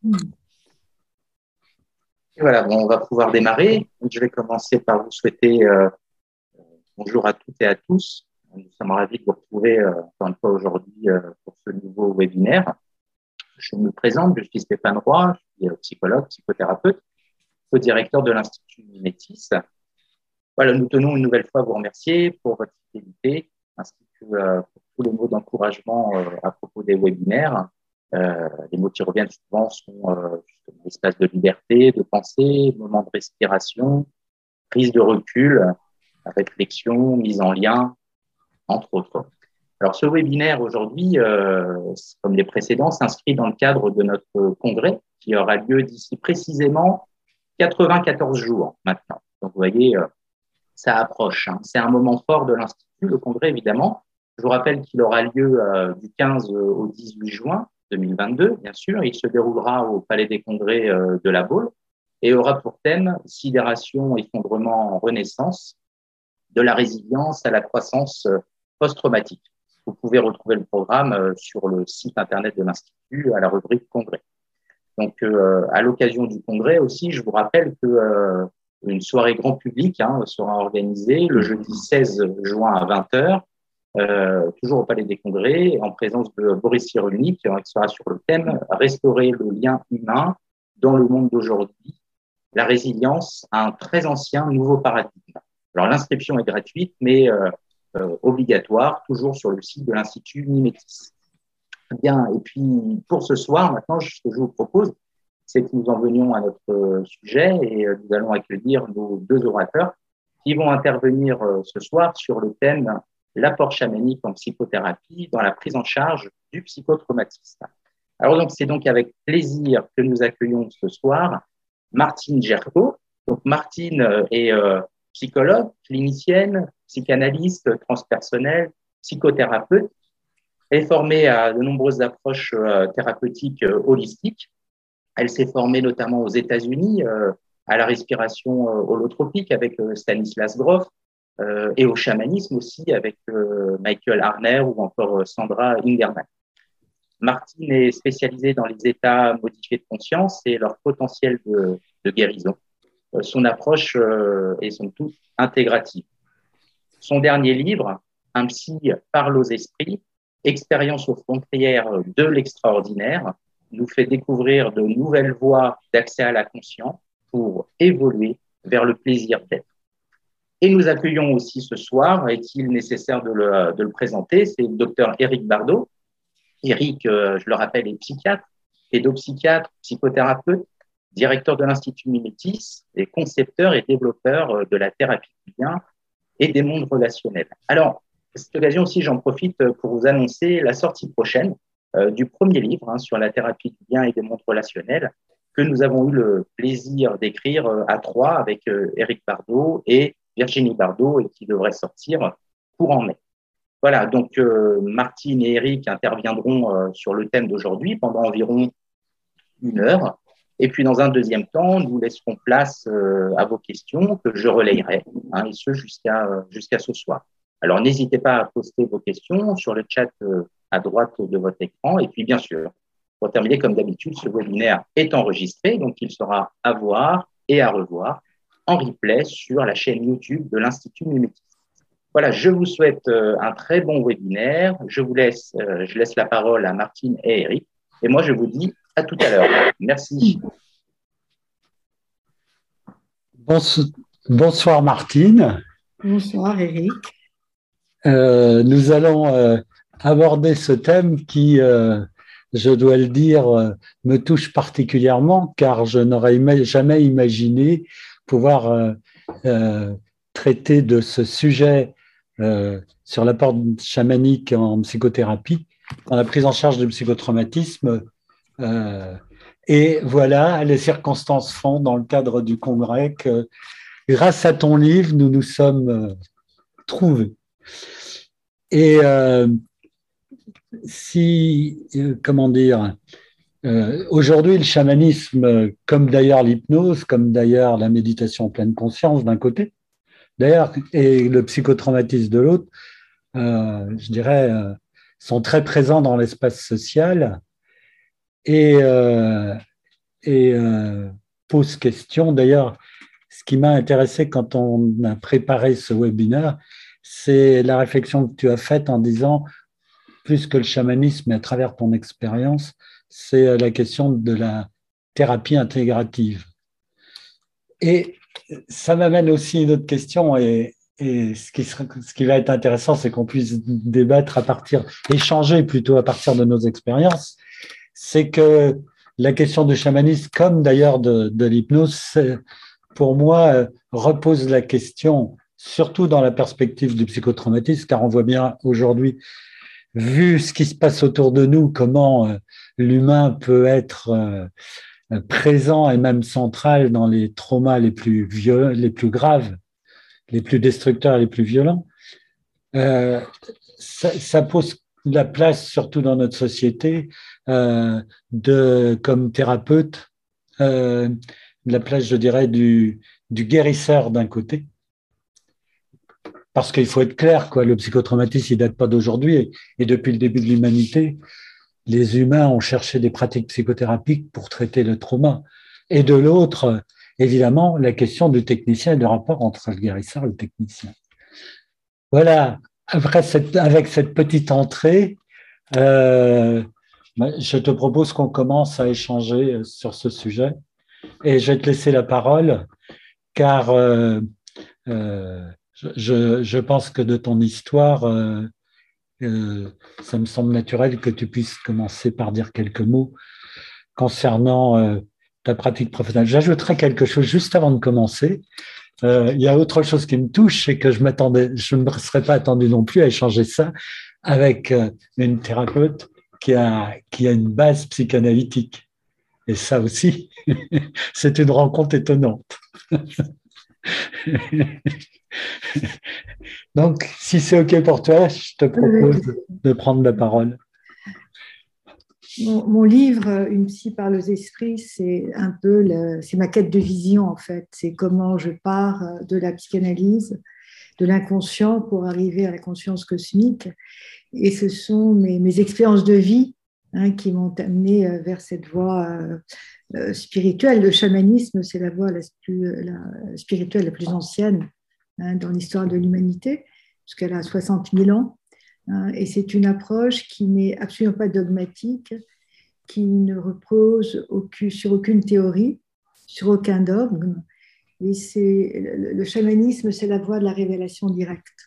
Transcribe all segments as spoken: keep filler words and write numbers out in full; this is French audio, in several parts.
Et voilà, bon, on va pouvoir démarrer. Donc, je vais commencer par vous souhaiter euh, bonjour à toutes et à tous. Nous sommes ravis de vous retrouver euh, encore une fois aujourd'hui euh, pour ce nouveau webinaire. Je me présente, je suis Stéphane Roy, je suis psychologue, psychothérapeute, co-directeur de l'Institut Métis. Voilà, nous tenons une nouvelle fois à vous remercier pour votre fidélité, ainsi que euh, pour tous les mots d'encouragement euh, à propos des webinaires. Euh, les mots qui reviennent souvent sont euh, justement l'espace de liberté, de pensée, moment de respiration, prise de recul, réflexion, mise en lien, entre autres. Alors, ce webinaire aujourd'hui, euh, comme les précédents, s'inscrit dans le cadre de notre congrès qui aura lieu d'ici précisément quatre-vingt-quatorze jours maintenant. Donc, vous voyez, euh, ça approche. Hein. C'est un moment fort de l'Institut, le congrès, évidemment. Je vous rappelle qu'il aura lieu euh, du quinze au dix-huit juin deux mille vingt-deux, bien sûr. Il se déroulera au Palais des Congrès euh, de La Baule et aura pour thème « Sidération, effondrement, renaissance, de la résilience à la croissance euh, post-traumatique ». Vous pouvez retrouver le programme euh, sur le site internet de l'Institut à la rubrique Congrès. Donc, euh, à l'occasion du congrès aussi, je vous rappelle que euh, une soirée grand public hein, sera organisée le jeudi seize juin à vingt heures, euh, toujours au Palais des Congrès, en présence de Boris Cyrulnik, qui sera sur le thème « Restaurer le lien humain dans le monde d'aujourd'hui, la résilience à un très ancien nouveau paradigme ». Alors, l'inscription est gratuite, mais euh, euh, obligatoire, toujours sur le site de l'Institut Métis. Bien, et puis pour ce soir, maintenant, ce que je vous propose, c'est que nous en venions à notre sujet et nous allons accueillir nos deux orateurs qui vont intervenir ce soir sur le thème « L'apport chamanique en psychothérapie dans la prise en charge du psychotraumatisme ». Alors, donc, c'est donc avec plaisir que nous accueillons ce soir Martine Gerco. Donc, Martine est euh, psychologue, clinicienne, psychanalyste, transpersonnelle, psychothérapeute. Elle est formée à de nombreuses approches euh, thérapeutiques euh, holistiques. Elle s'est formée notamment aux États-Unis euh, à la respiration euh, holotropique avec euh, Stanislas Grof euh, et au chamanisme aussi avec euh, Michael Harner ou encore euh, Sandra Ingerman. Martine est spécialisée dans les états modifiés de conscience et leur potentiel de, de guérison. Euh, son approche euh, est somme toute intégrative. Son dernier livre, Un psy parle aux esprits, Expérience aux frontières de l'extraordinaire, nous fait découvrir de nouvelles voies d'accès à la conscience pour évoluer vers le plaisir d'être. Et nous accueillons aussi ce soir, est-il nécessaire de le, de le présenter, c'est le docteur Éric Bardot. Éric, euh, je le rappelle, est psychiatre, pédopsychiatre, psychothérapeute, directeur de l'Institut Métis et concepteur et développeur de la thérapie du lien et des mondes relationnels. Alors, à cette occasion aussi, j'en profite pour vous annoncer la sortie prochaine euh, du premier livre hein, sur la thérapie du lien et des mondes relationnels que nous avons eu le plaisir d'écrire euh, à trois avec euh, Éric Bardot et Virginie Bardot et qui devrait sortir courant mai. Voilà, donc euh, Martine et Éric interviendront euh, sur le thème d'aujourd'hui pendant environ une heure. Et puis, dans un deuxième temps, nous laisserons place euh, à vos questions que je relayerai, hein, et ce jusqu'à euh, jusqu'à ce soir. Alors, n'hésitez pas à poster vos questions sur le chat euh, à droite de votre écran. Et puis, bien sûr, pour terminer, comme d'habitude, ce webinaire est enregistré, donc il sera à voir et à revoir en replay sur la chaîne YouTube de l'Institut Métis. Voilà, je vous souhaite euh, un très bon webinaire. Je vous laisse, euh, je laisse la parole à Martine et Éric. Et moi, je vous dis à tout à l'heure. Merci. Bonsoir Martine. Bonsoir Éric. Euh, nous allons euh, aborder ce thème qui, euh, je dois le dire, euh, me touche particulièrement car je n'aurais ima- jamais imaginé pouvoir euh, euh, traiter de ce sujet euh, sur l'apport chamanique en psychothérapie, dans la prise en charge du psychotraumatisme. Euh, et voilà, les circonstances font, dans le cadre du congrès, que grâce à ton livre, nous nous sommes euh, trouvés. Et euh, si, euh, comment dire, euh, aujourd'hui, le chamanisme, comme d'ailleurs l'hypnose, comme d'ailleurs la méditation en pleine conscience d'un côté, d'ailleurs, et le psychotraumatisme de l'autre, euh, je dirais, euh, sont très présents dans l'espace social. Et, euh, et euh, pose question. D'ailleurs, ce qui m'a intéressé quand on a préparé ce webinaire, c'est la réflexion que tu as faite en disant, plus que le chamanisme, et à travers ton expérience, c'est la question de la thérapie intégrative. Et ça m'amène aussi à une autre question, et, et ce, qui sera, ce qui va être intéressant, c'est qu'on puisse débattre à partir, échanger plutôt à partir de nos expériences, c'est que la question du chamanisme, comme d'ailleurs de, de l'hypnose, pour moi, repose la question, surtout dans la perspective du psychotraumatisme, car on voit bien aujourd'hui, vu ce qui se passe autour de nous, comment euh, l'humain peut être euh, présent et même central dans les traumas les plus violents, les plus graves, les plus destructeurs, les plus violents. Euh, ça, ça pose la place, surtout dans notre société, euh, de, comme thérapeute, euh, la place, je dirais, du, du guérisseur d'un côté. Parce qu'il faut être clair, quoi, le psychotraumatisme, il ne date pas d'aujourd'hui. Et, et depuis le début de l'humanité, les humains ont cherché des pratiques psychothérapiques pour traiter le trauma. Et de l'autre, évidemment, la question du technicien et du rapport entre le guérisseur et le technicien. Voilà, après cette, avec cette petite entrée, euh, je te propose qu'on commence à échanger sur ce sujet. Et je vais te laisser la parole, car euh, euh, je, je pense que de ton histoire, euh, euh, ça me semble naturel que tu puisses commencer par dire quelques mots concernant euh, ta pratique professionnelle. J'ajouterai quelque chose juste avant de commencer. Euh, il y a autre chose qui me touche, c'est que je m'attendais, je ne me serais pas attendu non plus à échanger ça avec euh, une thérapeute qui a, qui a une base psychanalytique. Et ça aussi, c'est une rencontre étonnante. Donc, si c'est OK pour toi, je te propose de prendre la parole. Mon, mon livre, Une psy par les esprits, c'est un peu le, c'est ma quête de vision en fait. C'est comment je pars de la psychanalyse, de l'inconscient pour arriver à la conscience cosmique. Et ce sont mes, mes expériences de vie hein, qui m'ont amené vers cette voie euh, spirituelle. Le chamanisme, c'est la voie la, plus, la spirituelle la plus ancienne hein, dans l'histoire de l'humanité, puisqu'elle a soixante mille ans. Et c'est une approche qui n'est absolument pas dogmatique, qui ne repose aucune, sur aucune théorie, sur aucun dogme. Et c'est, le, le chamanisme, c'est la voie de la révélation directe.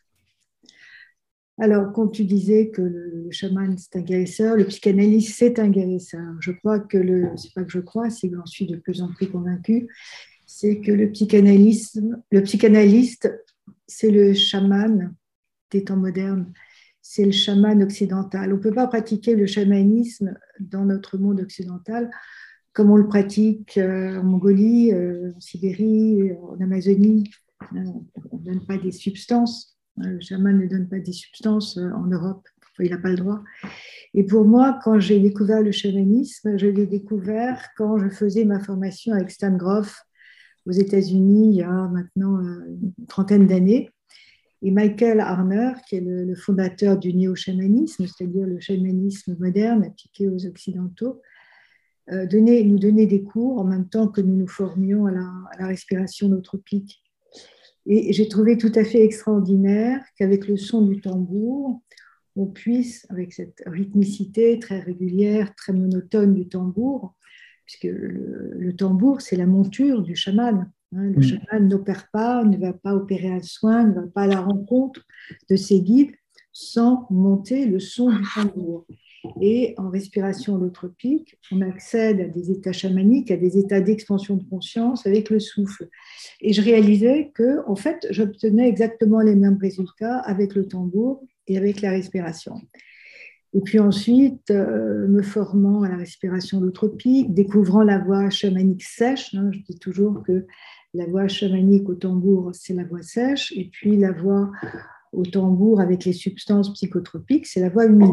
Alors, quand tu disais que le, le chaman, c'est un guérisseur, le psychanalyste, c'est un guérisseur. Je crois que le, c'est pas que je crois, c'est que j'en suis de plus en plus convaincue, c'est que le psychanalyste, le psychanalyste, c'est le chaman des temps modernes. C'est le chaman occidental. On ne peut pas pratiquer le chamanisme dans notre monde occidental comme on le pratique en Mongolie, en Sibérie, en Amazonie. On ne donne pas des substances. Le chaman ne donne pas des substances en Europe. Il n'a pas le droit. Et pour moi, quand j'ai découvert le chamanisme, je l'ai découvert quand je faisais ma formation avec Stan Grof aux États-Unis il y a maintenant une trentaine d'années. Et Michael Harner, qui est le, le fondateur du néo-chamanisme, c'est-à-dire le chamanisme moderne appliqué aux Occidentaux, euh, donnait, nous donnait des cours en même temps que nous nous formions à la, à la respiration holotropique. Et j'ai trouvé tout à fait extraordinaire qu'avec le son du tambour, on puisse, avec cette rythmicité très régulière, très monotone du tambour, puisque le, le tambour, c'est la monture du chaman. Hein, le chaman n'opère pas, ne va pas opérer un soin, ne va pas à la rencontre de ses guides sans monter le son du tambour. Et en respiration holotropique, on accède à des états chamaniques, à des états d'expansion de conscience avec le souffle. Et je réalisais que, en fait, j'obtenais exactement les mêmes résultats avec le tambour et avec la respiration. Et puis ensuite, euh, me formant à la respiration holotropique, découvrant la voix chamanique sèche. Hein, je dis toujours que la voix chamanique au tambour, c'est la voix sèche. Et puis la voix au tambour avec les substances psychotropiques, c'est la voix humide.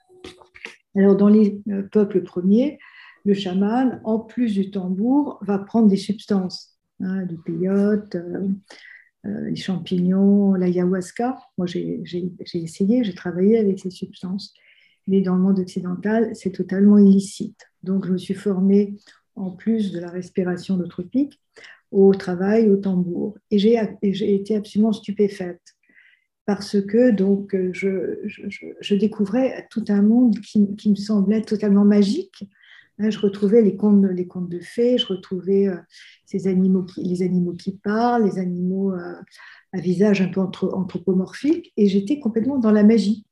Alors, dans les peuples premiers, le chaman, en plus du tambour, va prendre des substances, hein, du peyote, euh, euh, les champignons, l'ayahuasca. Moi, j'ai, j'ai, j'ai essayé, j'ai travaillé avec ces substances. Mais dans le monde occidental, c'est totalement illicite. Donc, je me suis formée en plus de la respiration holotropique, au travail, au tambour. Et j'ai, et j'ai été absolument stupéfaite parce que donc, je, je, je découvrais tout un monde qui, qui me semblait totalement magique. Je retrouvais les contes, les contes de fées, je retrouvais euh, ces animaux qui, les animaux qui parlent, les animaux euh, à visage un peu anthropomorphique, et j'étais complètement dans la magie.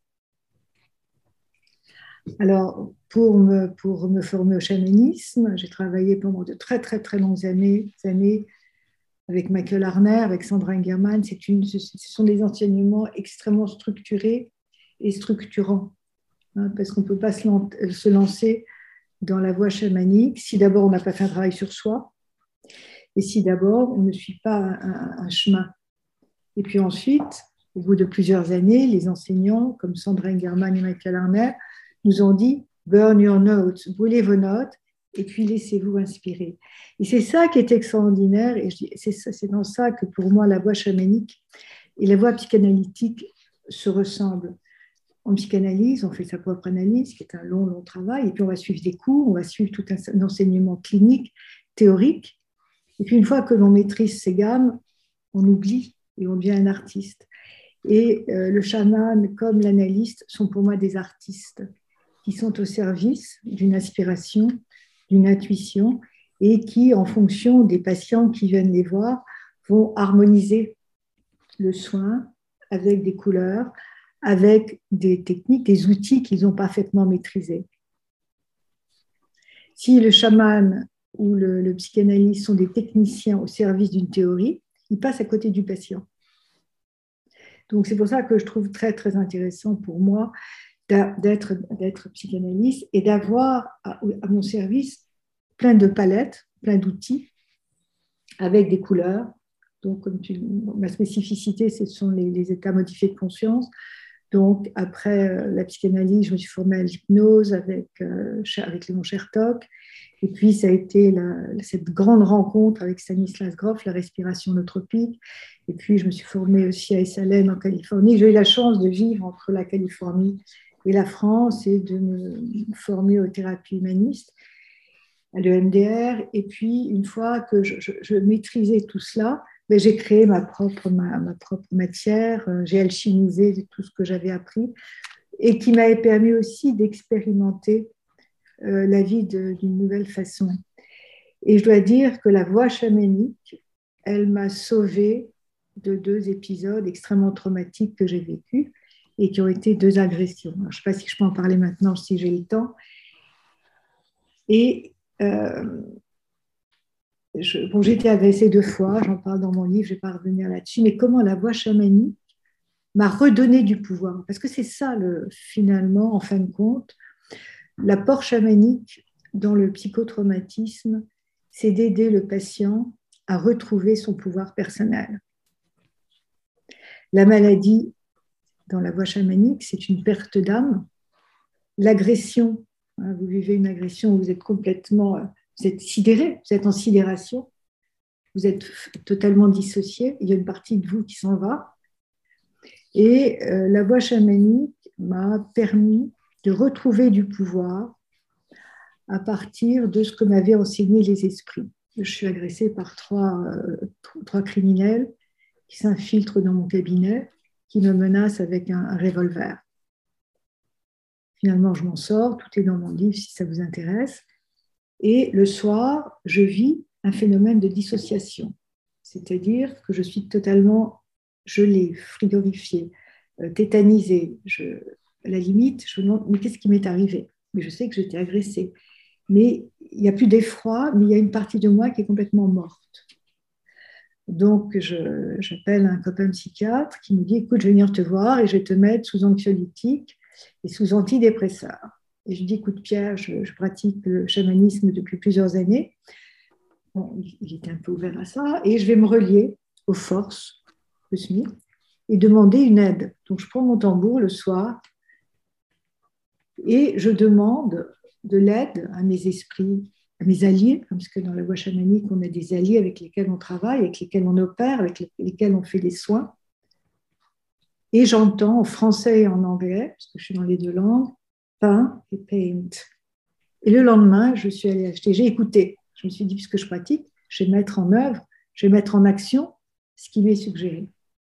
Alors, pour me, pour me former au chamanisme, j'ai travaillé pendant de très, très, très longues années, années avec Michael Arner, avec Sandra Ingerman. C'est une, ce sont des enseignements extrêmement structurés et structurants, hein, parce qu'on ne peut pas se, se lancer dans la voie chamanique si d'abord on n'a pas fait un travail sur soi et si d'abord on ne suit pas un, un chemin. Et puis ensuite, au bout de plusieurs années, les enseignants comme Sandra Ingerman et Michael Arner nous ont dit « burn your notes », brûlez vos notes et puis laissez-vous inspirer. Et c'est ça qui est extraordinaire et c'est, c'est dans ça que pour moi la voie chamanique et la voie psychanalytique se ressemblent. En psychanalyse, on fait sa propre analyse, qui est un long, long travail, et puis on va suivre des cours, on va suivre tout un enseignement clinique, théorique, et puis une fois que l'on maîtrise ces gammes, on oublie et on devient un artiste. Et euh, le chaman, comme l'analyste, sont pour moi des artistes qui sont au service d'une inspiration, d'une intuition, et qui, en fonction des patients qui viennent les voir, vont harmoniser le soin avec des couleurs, avec des techniques, des outils qu'ils ont parfaitement maîtrisés. Si le chaman ou le, le psychanalyste sont des techniciens au service d'une théorie, ils passent à côté du patient. Donc c'est pour ça que je trouve très très intéressant pour moi d'être, d'être psychanalyste et d'avoir à, à mon service plein de palettes, plein d'outils avec des couleurs. Donc comme tu, ma spécificité, ce sont les, les états modifiés de conscience. Donc, après euh, la psychanalyse, je me suis formée à l'hypnose avec, euh, avec Léon Chertok. Et puis, ça a été la, cette grande rencontre avec Stanislas Grof, la respiration holotropique. Et puis, je me suis formée aussi à Esalen en Californie. J'ai eu la chance de vivre entre la Californie et la France et de me former aux thérapies humanistes, à l'E M D R. Et puis, une fois que je, je, je maîtrisais tout cela, mais j'ai créé ma propre, ma, ma propre matière, j'ai alchimisé tout ce que j'avais appris et qui m'avait permis aussi d'expérimenter euh, la vie de, d'une nouvelle façon. Et je dois dire que la voie chamanique, elle m'a sauvée de deux épisodes extrêmement traumatiques que j'ai vécus et qui ont été deux agressions. Alors, je ne sais pas si je peux en parler maintenant, si j'ai le temps. Et euh, Je, bon, j'ai été agressée deux fois, j'en parle dans mon livre, je ne vais pas revenir là-dessus, mais comment la voie chamanique m'a redonné du pouvoir. Parce que c'est ça, le, finalement, en fin de compte, l'apport chamanique dans le psychotraumatisme, c'est d'aider le patient à retrouver son pouvoir personnel. La maladie, dans la voie chamanique, c'est une perte d'âme. L'agression, hein, vous vivez une agression où vous êtes complètement... Vous êtes sidéré, vous êtes en sidération, vous êtes totalement dissocié, il y a une partie de vous qui s'en va. Et euh, la voie chamanique m'a permis de retrouver du pouvoir à partir de ce que m'avaient enseigné les esprits. Je suis agressée par trois, euh, trois criminels qui s'infiltrent dans mon cabinet, qui me menacent avec un, un revolver. Finalement, je m'en sors, tout est dans mon livre si ça vous intéresse. Et le soir, je vis un phénomène de dissociation, c'est-à-dire que je suis totalement gelée, frigorifiée, euh, tétanisée. Je, à la limite, je me demande, mais qu'est-ce qui m'est arrivé? Mais je sais que j'étais agressée. Mais il n'y a plus d'effroi, mais il y a une partie de moi qui est complètement morte. Donc, je, j'appelle un copain psychiatre qui me dit, écoute, je vais venir te voir et je vais te mettre sous anxiolytique et sous antidépresseur. Et je dis, écoute Pierre, je, je pratique le chamanisme depuis plusieurs années. Bon, il était un peu ouvert à ça. Et je vais me relier aux forces cosmiques et demander une aide. Donc, je prends mon tambour le soir et je demande de l'aide à mes esprits, à mes alliés, parce que dans la voie chamanique, on a des alliés avec lesquels on travaille, avec lesquels on opère, avec lesquels on fait des soins. Et j'entends en français et en anglais, parce que je suis dans les deux langues, pain et paint. Et le lendemain, je suis allée acheter, j'ai écouté. Je me suis dit, puisque je pratique, je vais mettre en œuvre, je vais mettre en action ce qui lui est suggéré.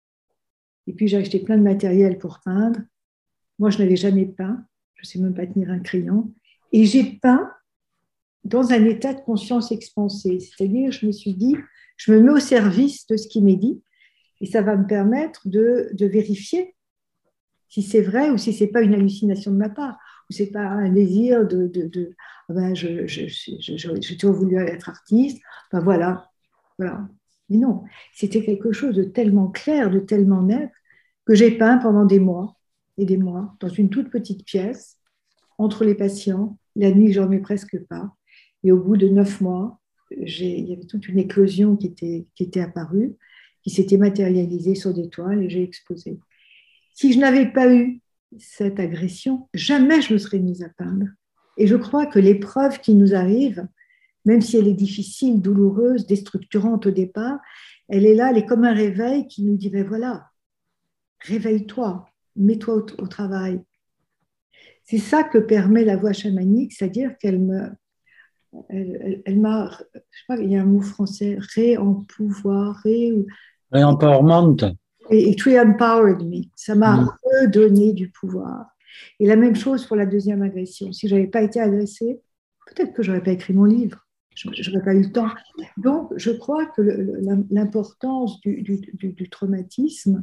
Et puis, j'ai acheté plein de matériel pour peindre. Moi, je n'avais jamais peint. Je ne sais même pas tenir un crayon. Et j'ai peint dans un état de conscience expansée. C'est-à-dire, je me suis dit, je me mets au service de ce qui m'est dit et ça va me permettre de, de vérifier si c'est vrai ou si ce n'est pas une hallucination de ma part, ou ce n'est pas un désir de... de, de ah ben je, je, je, je, j'ai toujours voulu être artiste, ben voilà, voilà. Mais non, c'était quelque chose de tellement clair, de tellement net, que j'ai peint pendant des mois et des mois, dans une toute petite pièce, entre les patients. La nuit, je ne dormais presque pas. Et au bout de neuf mois, j'ai, il y avait toute une éclosion qui était, qui était apparue, qui s'était matérialisée sur des toiles et j'ai exposé. Si je n'avais pas eu cette agression, jamais je me serais mise à peindre. Et je crois que l'épreuve qui nous arrive, même si elle est difficile, douloureuse, déstructurante au départ, elle est là, elle est comme un réveil qui nous dit, ben voilà, réveille-toi, mets-toi au, au travail. C'est ça que permet la voie chamanique, c'est-à-dire qu'elle me, elle, elle, elle m'a, je sais pas, il y a un mot français, ré-empouvoir, ré... Re-empowerment. Et it re-empowered me. Ça m'a mmh. redonné du pouvoir. Et la même chose pour la deuxième agression. Si je n'avais pas été agressée, peut-être que je n'aurais pas écrit mon livre. Je n'aurais pas eu le temps. Donc, je crois que le, l'importance du, du, du, du traumatisme,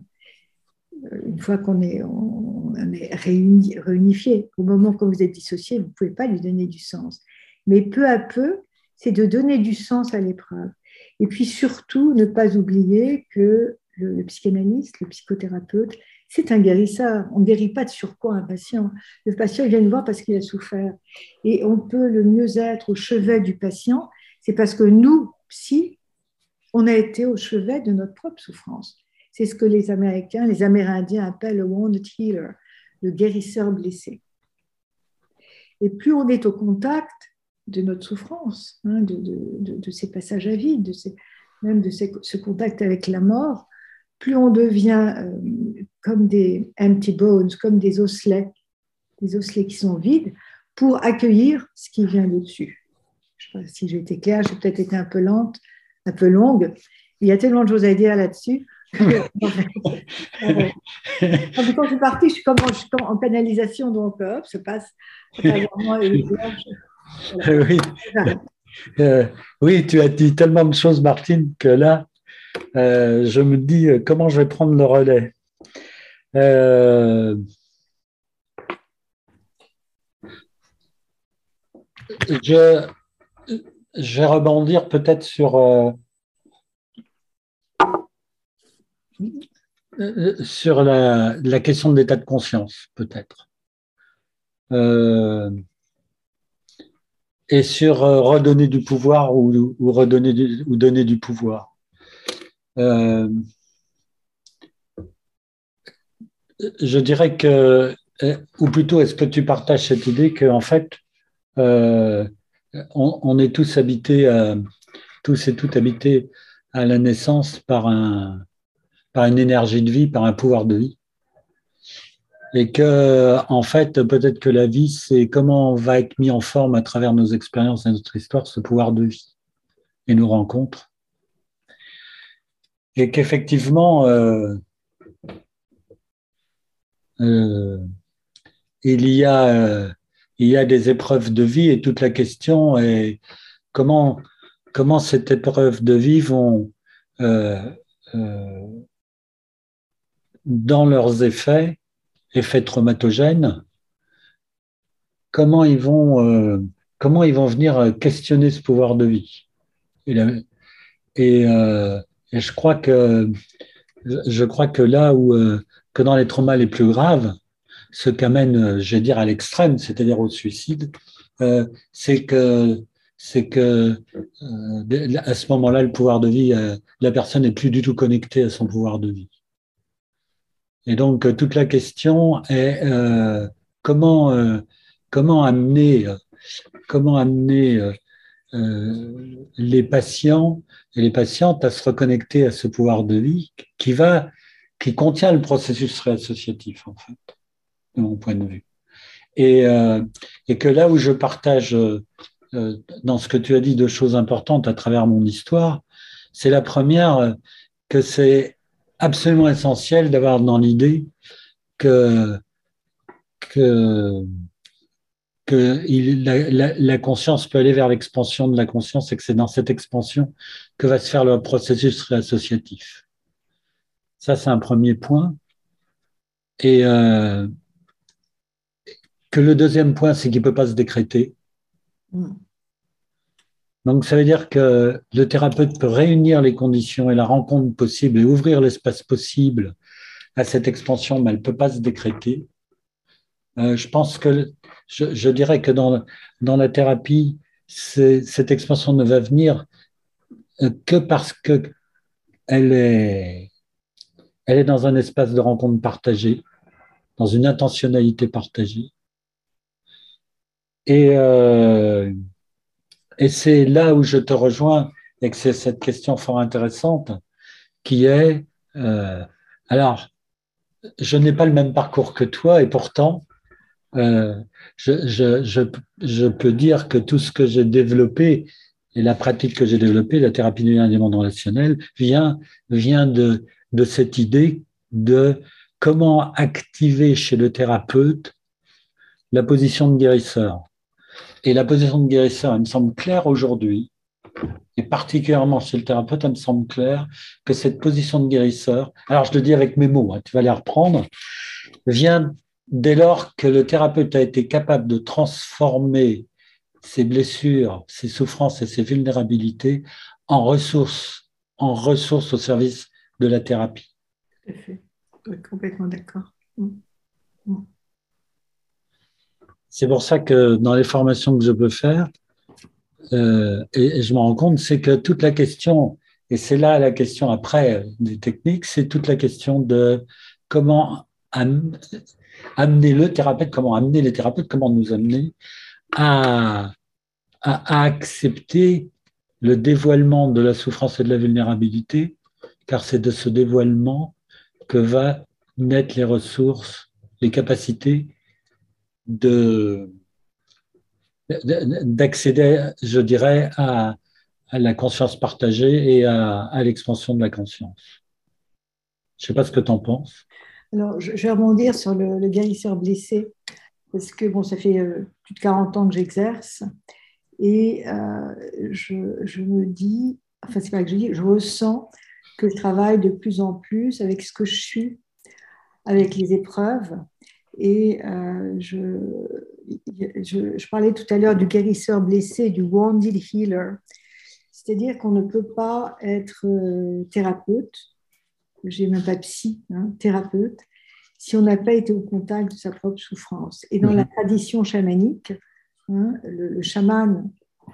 une fois qu'on est, on, on est réuni, réunifié, au moment où vous êtes dissocié, vous ne pouvez pas lui donner du sens. Mais peu à peu, c'est de donner du sens à l'épreuve. Et puis surtout, ne pas oublier que le, le psychanalyste, le psychothérapeute, c'est un guérisseur. On ne guérit pas de surpoids un patient. Le patient, il vient nous voir parce qu'il a souffert. Et on peut le mieux être au chevet du patient, c'est parce que nous, psy, on a été au chevet de notre propre souffrance. C'est ce que les Américains, les Amérindiens appellent le wounded healer, le guérisseur blessé. Et plus on est au contact de notre souffrance, hein, de, de, de, de ces passages à vide, de ces, même de ces, ce contact avec la mort, plus on devient euh, comme des empty bones, comme des osselets, des osselets qui sont vides, pour accueillir ce qui vient dessus. Je ne sais pas si j'ai été claire, j'ai peut-être été un peu lente, un peu longue. Il y a tellement de choses à dire là-dessus. Quand je suis partie, je suis comme en, je suis comme en canalisation, donc hop, se passe. Moi, et voilà. Oui. Euh, oui, tu as dit tellement de choses, Martine, que là, euh, je me dis euh, comment je vais prendre le relais. Euh, je, je vais rebondir peut-être sur, euh, sur la, la question de l'état de conscience, peut-être. Euh, et sur euh, redonner du pouvoir ou, ou, redonner du, ou donner du pouvoir. Euh, je dirais que, ou plutôt, est-ce que tu partages cette idée qu'en fait, euh, on, on est tous habités, à, tous et toutes habités à la naissance par, un, par une énergie de vie, par un pouvoir de vie. Et que, en fait, peut-être que la vie, c'est comment on va être mis en forme à travers nos expériences et notre histoire, ce pouvoir de vie et nos rencontres. Et qu'effectivement, euh, euh, il y a, euh, il y a des épreuves de vie et toute la question est comment, comment cette épreuve de vie vont, euh, euh, dans leurs effets, effets traumatogènes, comment ils vont, euh, comment ils vont venir questionner ce pouvoir de vie. Et, la, et, euh, et je crois que je crois que là où euh, que dans les traumas les plus graves, ce qu'amène, je vais dire, à l'extrême, c'est-à-dire au suicide, euh, c'est que c'est que euh, à ce moment-là, le pouvoir de vie, euh, la personne n'est plus du tout connectée à son pouvoir de vie. Et donc toute la question est euh, comment euh, comment amener comment amener euh, euh, les patients et les patientes à se reconnecter à ce pouvoir de vie qui va qui contient le processus réassociatif en fait, de mon point de vue. Et, euh, et que là où je partage euh, dans ce que tu as dit deux choses importantes à travers mon histoire, c'est la première, que c'est absolument essentiel d'avoir dans l'idée que, que, que il, la, la, la conscience peut aller vers l'expansion de la conscience et que c'est dans cette expansion que va se faire le processus réassociatif. Ça, c'est un premier point. Et euh, que le deuxième point, c'est qu'il ne peut pas se décréter. Mm. Donc, ça veut dire que le thérapeute peut réunir les conditions et la rencontre possible et ouvrir l'espace possible à cette expansion, mais elle ne peut pas se décréter. Euh, je pense que, je, je dirais que dans, dans la thérapie, cette expansion ne va venir que parce qu'elle est, elle est dans un espace de rencontre partagée, dans une intentionnalité partagée. Et, euh, et c'est là où je te rejoins et que c'est cette question fort intéressante qui est, euh, alors, je n'ai pas le même parcours que toi et pourtant, euh, je, je, je, je peux dire que tout ce que j'ai développé et la pratique que j'ai développée, la thérapie du lien des mondes relationnels, vient, vient de, de cette idée de comment activer chez le thérapeute la position de guérisseur. Et la position de guérisseur, elle me semble claire aujourd'hui, et particulièrement chez le thérapeute, elle me semble claire que cette position de guérisseur, alors je le dis avec mes mots, hein, tu vas les reprendre, vient dès lors que le thérapeute a été capable de transformer ses blessures, ses souffrances et ses vulnérabilités en ressources, en ressources au service de la thérapie. Tout à fait. Oui, complètement d'accord. Mmh. Mmh. C'est pour ça que dans les formations que je peux faire, euh, et, et je me rends compte, c'est que toute la question, et c'est là la question après des techniques, c'est toute la question de comment am, amener le thérapeute, comment amener les thérapeutes, comment nous amener à, à, à accepter le dévoilement de la souffrance et de la vulnérabilité, car c'est de ce dévoilement que va naître les ressources, les capacités de, d'accéder, je dirais, à, à la conscience partagée et à, à l'expansion de la conscience. Je ne sais pas ce que tu en penses. Alors, je, je vais rebondir sur le, le guérisseur blessé, parce que bon, ça fait euh, plus de quarante ans que j'exerce, et euh, je, je me dis, enfin, c'est pas que je dis, je ressens que je travaille de plus en plus avec ce que je suis, avec les épreuves. Et euh, je, je, je parlais tout à l'heure du guérisseur blessé, du wounded healer. C'est-à-dire qu'on ne peut pas être euh, thérapeute, je n'ai même pas psy, hein, thérapeute, si on n'a pas été au contact de sa propre souffrance. Et dans mmh. la tradition chamanique, hein, le, le chaman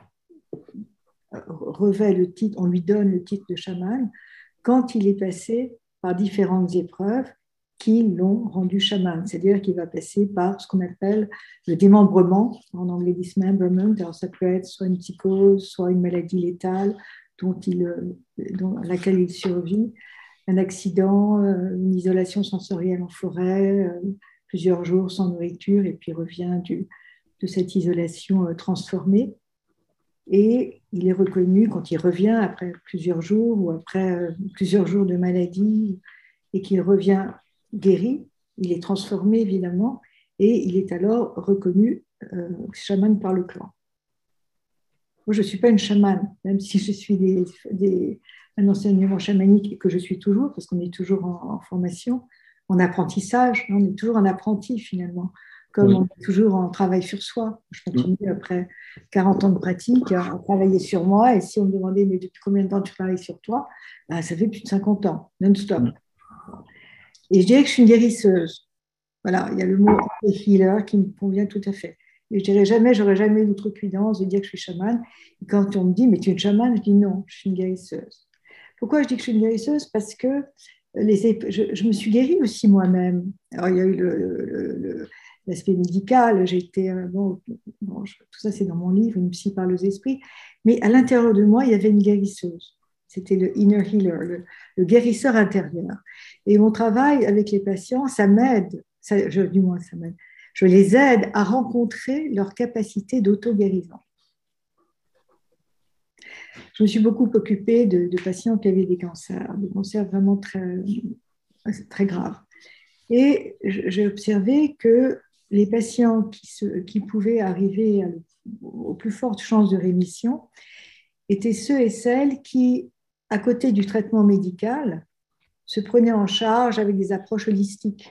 revêt le titre, on lui donne le titre de chaman quand il est passé par différentes épreuves qui l'ont rendu chaman. C'est-à-dire qu'il va passer par ce qu'on appelle le démembrement, en anglais dismemberment. Alors ça peut être soit une psychose, soit une maladie létale dont il, dont, à laquelle il survit, un accident, une isolation sensorielle en forêt, plusieurs jours sans nourriture, et puis revient du, de cette isolation transformée. Et il est reconnu quand il revient après plusieurs jours ou après plusieurs jours de maladie et qu'il revient guéri, il est transformé évidemment et il est alors reconnu euh, chaman par le clan. Moi, je ne suis pas une chamane, même si je suis des, des, un enseignement chamanique et que je suis toujours, parce qu'on est toujours en, en formation, en apprentissage, on est toujours un apprenti finalement. Comme oui. on est toujours en travail sur soi. Je continue après quarante ans de pratique à travailler sur moi. Et si on me demandait, mais depuis combien de temps tu travailles sur toi, ben, ça fait plus de cinquante ans, non-stop. Et je dirais que je suis une guérisseuse. Voilà, il y a le mot healer qui me convient tout à fait. Et je dirais jamais, j'aurais jamais eu l'outrecuidance de dire que je suis chamane. Et quand on me dit, mais tu es une chamane, je dis non, je suis une guérisseuse. Pourquoi je dis que je suis une guérisseuse? Parce que les, je, je me suis guérie aussi moi-même. Alors, il y a eu le, le, le l'aspect médical, j'ai été, bon, bon je, tout ça c'est dans mon livre, Une psy par les esprits, mais à l'intérieur de moi, il y avait une guérisseuse. C'était le inner healer, le, le guérisseur intérieur. Et mon travail avec les patients, ça m'aide, ça, je, du moins ça m'aide, Je les aide à rencontrer leur capacité d'auto-guérison. Je me suis beaucoup occupée de, de patients qui avaient des cancers, des cancers vraiment très, très graves. Et j'ai observé que les patients qui, se, qui pouvaient arriver à le, aux plus fortes chances de rémission étaient ceux et celles qui, à côté du traitement médical, se prenaient en charge avec des approches holistiques.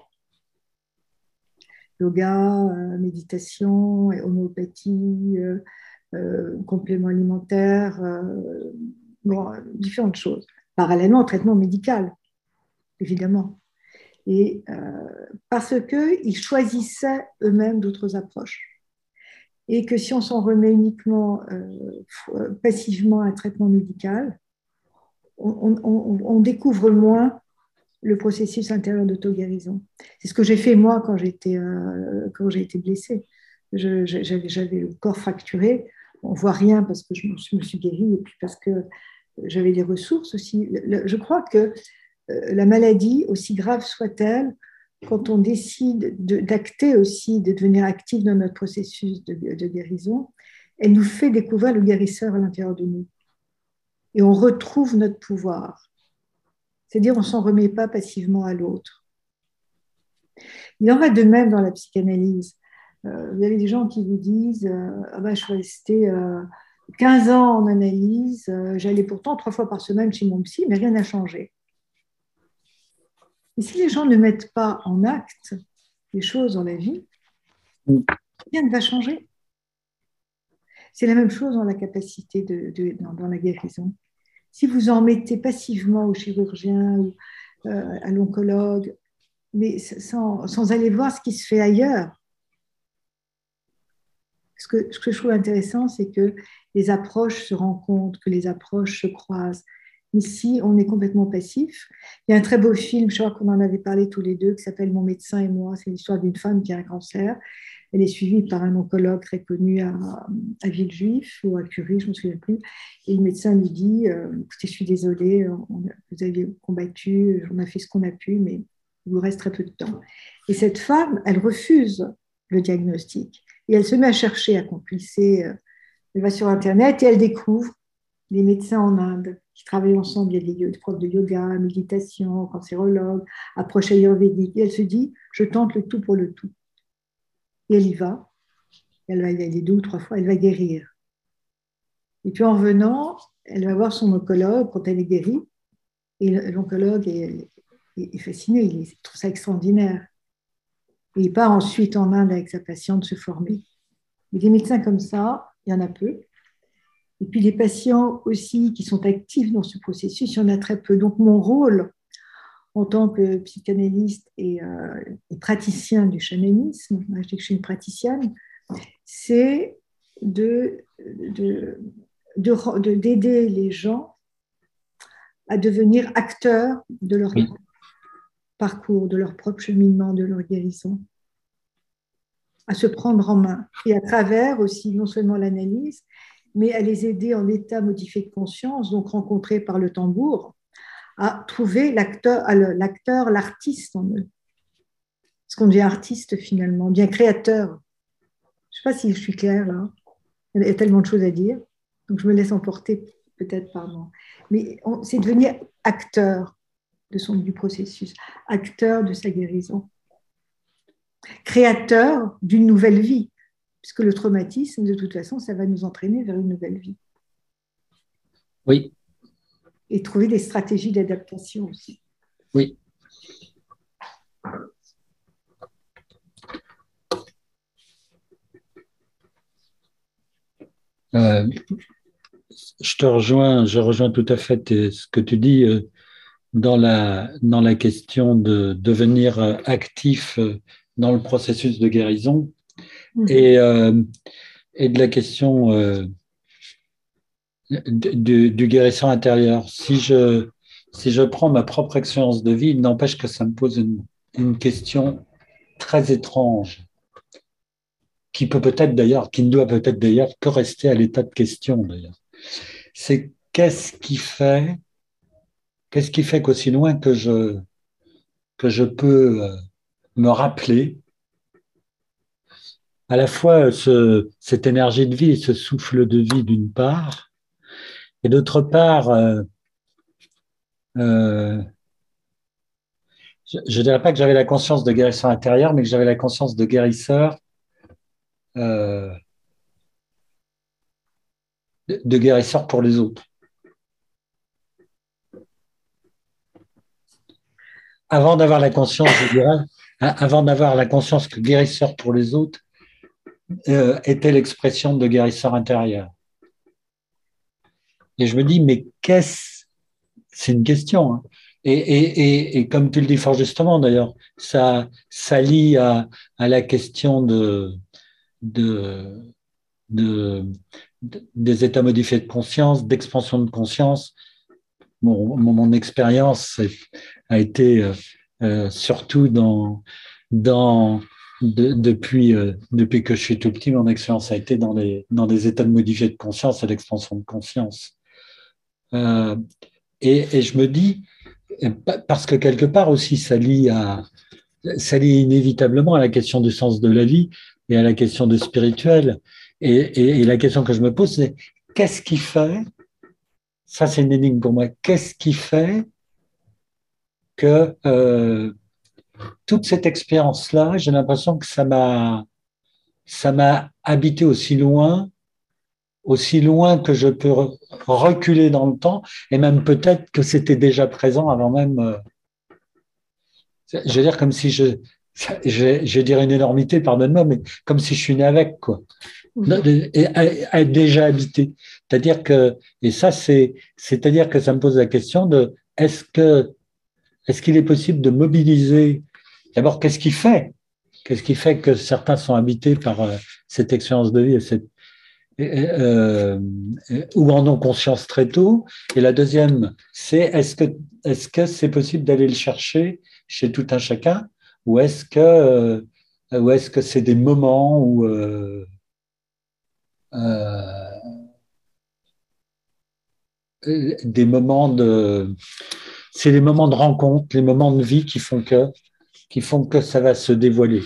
Yoga, euh, méditation, homéopathie, euh, euh, compléments alimentaires, euh, bon, différentes choses. Parallèlement au traitement médical, évidemment. Et euh, parce qu'ils choisissaient eux-mêmes d'autres approches. Et que si on s'en remet uniquement euh, passivement à un traitement médical, on, on, on découvre moins le processus intérieur d'auto-guérison. C'est ce que j'ai fait moi quand j'étais euh, quand j'ai été blessée. Je, j'avais, j'avais le corps fracturé. On voit rien parce que je me, je me suis guérie et puis parce que j'avais des ressources aussi. Le, je crois que euh, la maladie, aussi grave soit-elle, quand on décide de, d'acter aussi, de devenir actif dans notre processus de, de guérison, elle nous fait découvrir le guérisseur à l'intérieur de nous. Et on retrouve notre pouvoir. C'est-à-dire, on ne s'en remet pas passivement à l'autre. Il en va de même dans la psychanalyse. Euh, vous avez des gens qui vous disent euh, ah ben, je suis restée euh, quinze ans en analyse, euh, j'allais pourtant trois fois par semaine chez mon psy, mais rien n'a changé. Et si les gens ne mettent pas en acte les choses dans la vie, rien ne va changer. C'est la même chose dans la capacité de, de dans, dans la guérison. Si vous en mettez passivement au chirurgien ou euh, à l'oncologue, mais sans, sans aller voir ce qui se fait ailleurs. Ce que, ce que je trouve intéressant, c'est que les approches se rencontrent, que les approches se croisent. Ici, on est complètement passif. Il y a un très beau film, je crois qu'on en avait parlé tous les deux, qui s'appelle Mon médecin et moi. C'est l'histoire d'une femme qui a un cancer. Elle est suivie par un oncologue très connu à, à Villejuif ou à Curie, je ne me souviens plus. Et le médecin lui dit euh, écoutez, je suis désolée, on, vous avez combattu, on a fait ce qu'on a pu, mais il vous reste très peu de temps. Et cette femme, elle refuse le diagnostic. Et elle se met à chercher, à compulser. Elle va sur Internet et elle découvre les médecins en Inde qui travaillent ensemble. Il y a des profs de yoga, méditation, cancérologues, approche ayurvédique. Et elle se dit je tente le tout pour le tout. Et elle y va. Elle va y aller deux ou trois fois, elle va guérir. Et puis en revenant, elle va voir son oncologue quand elle est guérie. Et l'oncologue est, est, est fasciné, il trouve ça extraordinaire. Et il part ensuite en Inde avec sa patiente se former. Mais des médecins comme ça, il y en a peu. Et puis les patients aussi qui sont actifs dans ce processus, il y en a très peu. Donc mon rôle en tant que psychanalyste et, euh, et praticien du chamanisme, je dis que je suis une praticienne, c'est de, de, de, de, d'aider les gens à devenir acteurs de leur oui. parcours, de leur propre cheminement, de leur guérison, à se prendre en main. Et à travers aussi, non seulement l'analyse, mais à les aider en état modifié de conscience, donc rencontrés par le tambour, à trouver l'acteur, l'acteur, l'artiste en eux. Parce qu'on devient artiste finalement, on devient créateur. Je ne sais pas si je suis claire là. Il y a tellement de choses à dire, donc je me laisse emporter peut-être par moi. Mais on, c'est devenir acteur de son, du processus, acteur de sa guérison, créateur d'une nouvelle vie, puisque le traumatisme, de toute façon, ça va nous entraîner vers une nouvelle vie. Oui. Et trouver des stratégies d'adaptation aussi. Oui. Euh, je te rejoins, je rejoins tout à fait ce que tu dis euh, dans la, dans la question de devenir actif dans le processus de guérison mmh. et, euh, et de la question euh, du, du guérisseur intérieur. Si je, si je prends ma propre expérience de vie, il n'empêche que ça me pose une, une question très étrange qui peut peut-être d'ailleurs, qui ne doit peut-être d'ailleurs que rester à l'état de question d'ailleurs. C'est qu'est-ce qui fait, qu'est-ce qui fait qu'aussi loin que je, que je peux me rappeler, à la fois ce, cette énergie de vie et ce souffle de vie d'une part, et d'autre part, euh, euh, je ne dirais pas que j'avais la conscience de guérisseur intérieur, mais que j'avais la conscience de guérisseur, euh, de, de guérisseur pour les autres. Avant d'avoir la conscience, je dirais, hein, avant d'avoir la conscience que guérisseur pour les autres euh, était l'expression de guérisseur intérieur. Et je me dis, mais qu'est-ce, c'est une question, hein. Et, et, et, et comme tu le dis fort justement d'ailleurs, ça, ça lie à, à la question de, de, de, de- des états modifiés de conscience, d'expansion de conscience. Mon, mon, mon expérience a été euh, euh, surtout dans, dans de, depuis, euh, depuis que je suis tout petit, mon expérience a été dans les, dans des états de modifiés de conscience et d'expansion de conscience. Euh, et, et je me dis, parce que quelque part aussi, ça lie à, ça lie inévitablement à la question du sens de la vie et à la question du spirituel. Et, et, et la question que je me pose, c'est qu'est-ce qui fait, ça c'est une énigme pour moi, qu'est-ce qui fait que euh, toute cette expérience-là, j'ai l'impression que ça m'a, ça m'a habité aussi loin, aussi loin que je peux reculer dans le temps, et même peut-être que c'était déjà présent avant même. Euh, je veux dire comme si je, je, je dirais une énormité, pardonne-moi, mais comme si je suis né avec, quoi. Et être déjà habité. C'est-à-dire que, et ça, c'est, c'est-à-dire que ça me pose la question de est-ce que, est-ce qu'il est possible de mobiliser, d'abord, qu'est-ce qui fait? Qu'est-ce qui fait que certains sont habités par euh, cette expérience de vie et cette, euh, ou en ont conscience très tôt? Et la deuxième, c'est est-ce que, est-ce que c'est possible d'aller le chercher chez tout un chacun? Ou est-ce que, euh, ou est-ce que c'est des moments où, euh, euh, des moments de, c'est les moments de rencontre, les moments de vie qui font que, qui font que ça va se dévoiler.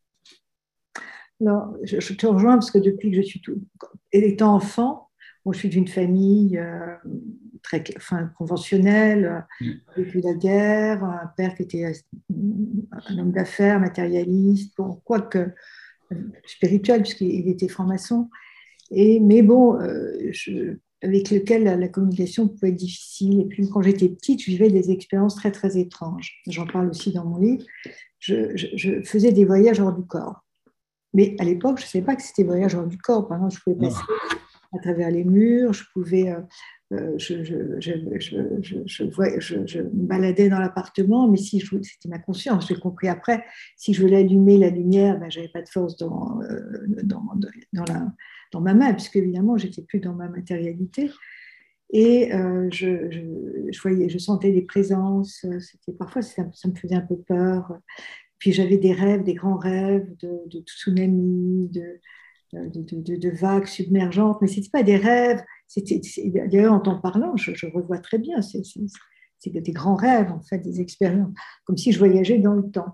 Non, je, je te rejoins parce que depuis que je suis tout, étant enfant, bon, je suis d'une famille euh, très enfin, conventionnelle, Mm. depuis la guerre, un père qui était un homme d'affaires, matérialiste, bon, quoique spirituel, puisqu'il était franc-maçon. Et, mais bon, euh, je, avec lequel la, la communication pouvait être difficile. Et puis quand j'étais petite, je vivais des expériences très, très étranges. J'en parle aussi dans mon livre. Je, je, je faisais des voyages hors du corps. Mais à l'époque, je ne savais pas que c'était voyage hors du corps. Par exemple, je pouvais passer à travers les murs, je pouvais, euh, euh, je, je, je, je, je, je, vois- je- je me baladais dans l'appartement, mais si je, c'était ma conscience, j'ai compris après, si je voulais allumer la lumière, ben, je n'avais pas de force dans, euh, dans, dans, la, dans ma main, puisque évidemment, je n'étais plus dans ma matérialité. Et euh, je, je, je, voyais, je sentais des présences, c'était, parfois ça, ça me faisait un peu peur. Puis j'avais des rêves, des grands rêves de, de tsunamis, de, de, de, de vagues submergentes, mais ce n'était pas des rêves. C'était, d'ailleurs, en t'en parlant, je, je revois très bien. C'est, c'est, c'est des grands rêves, en fait, des expériences, comme si je voyageais dans le temps.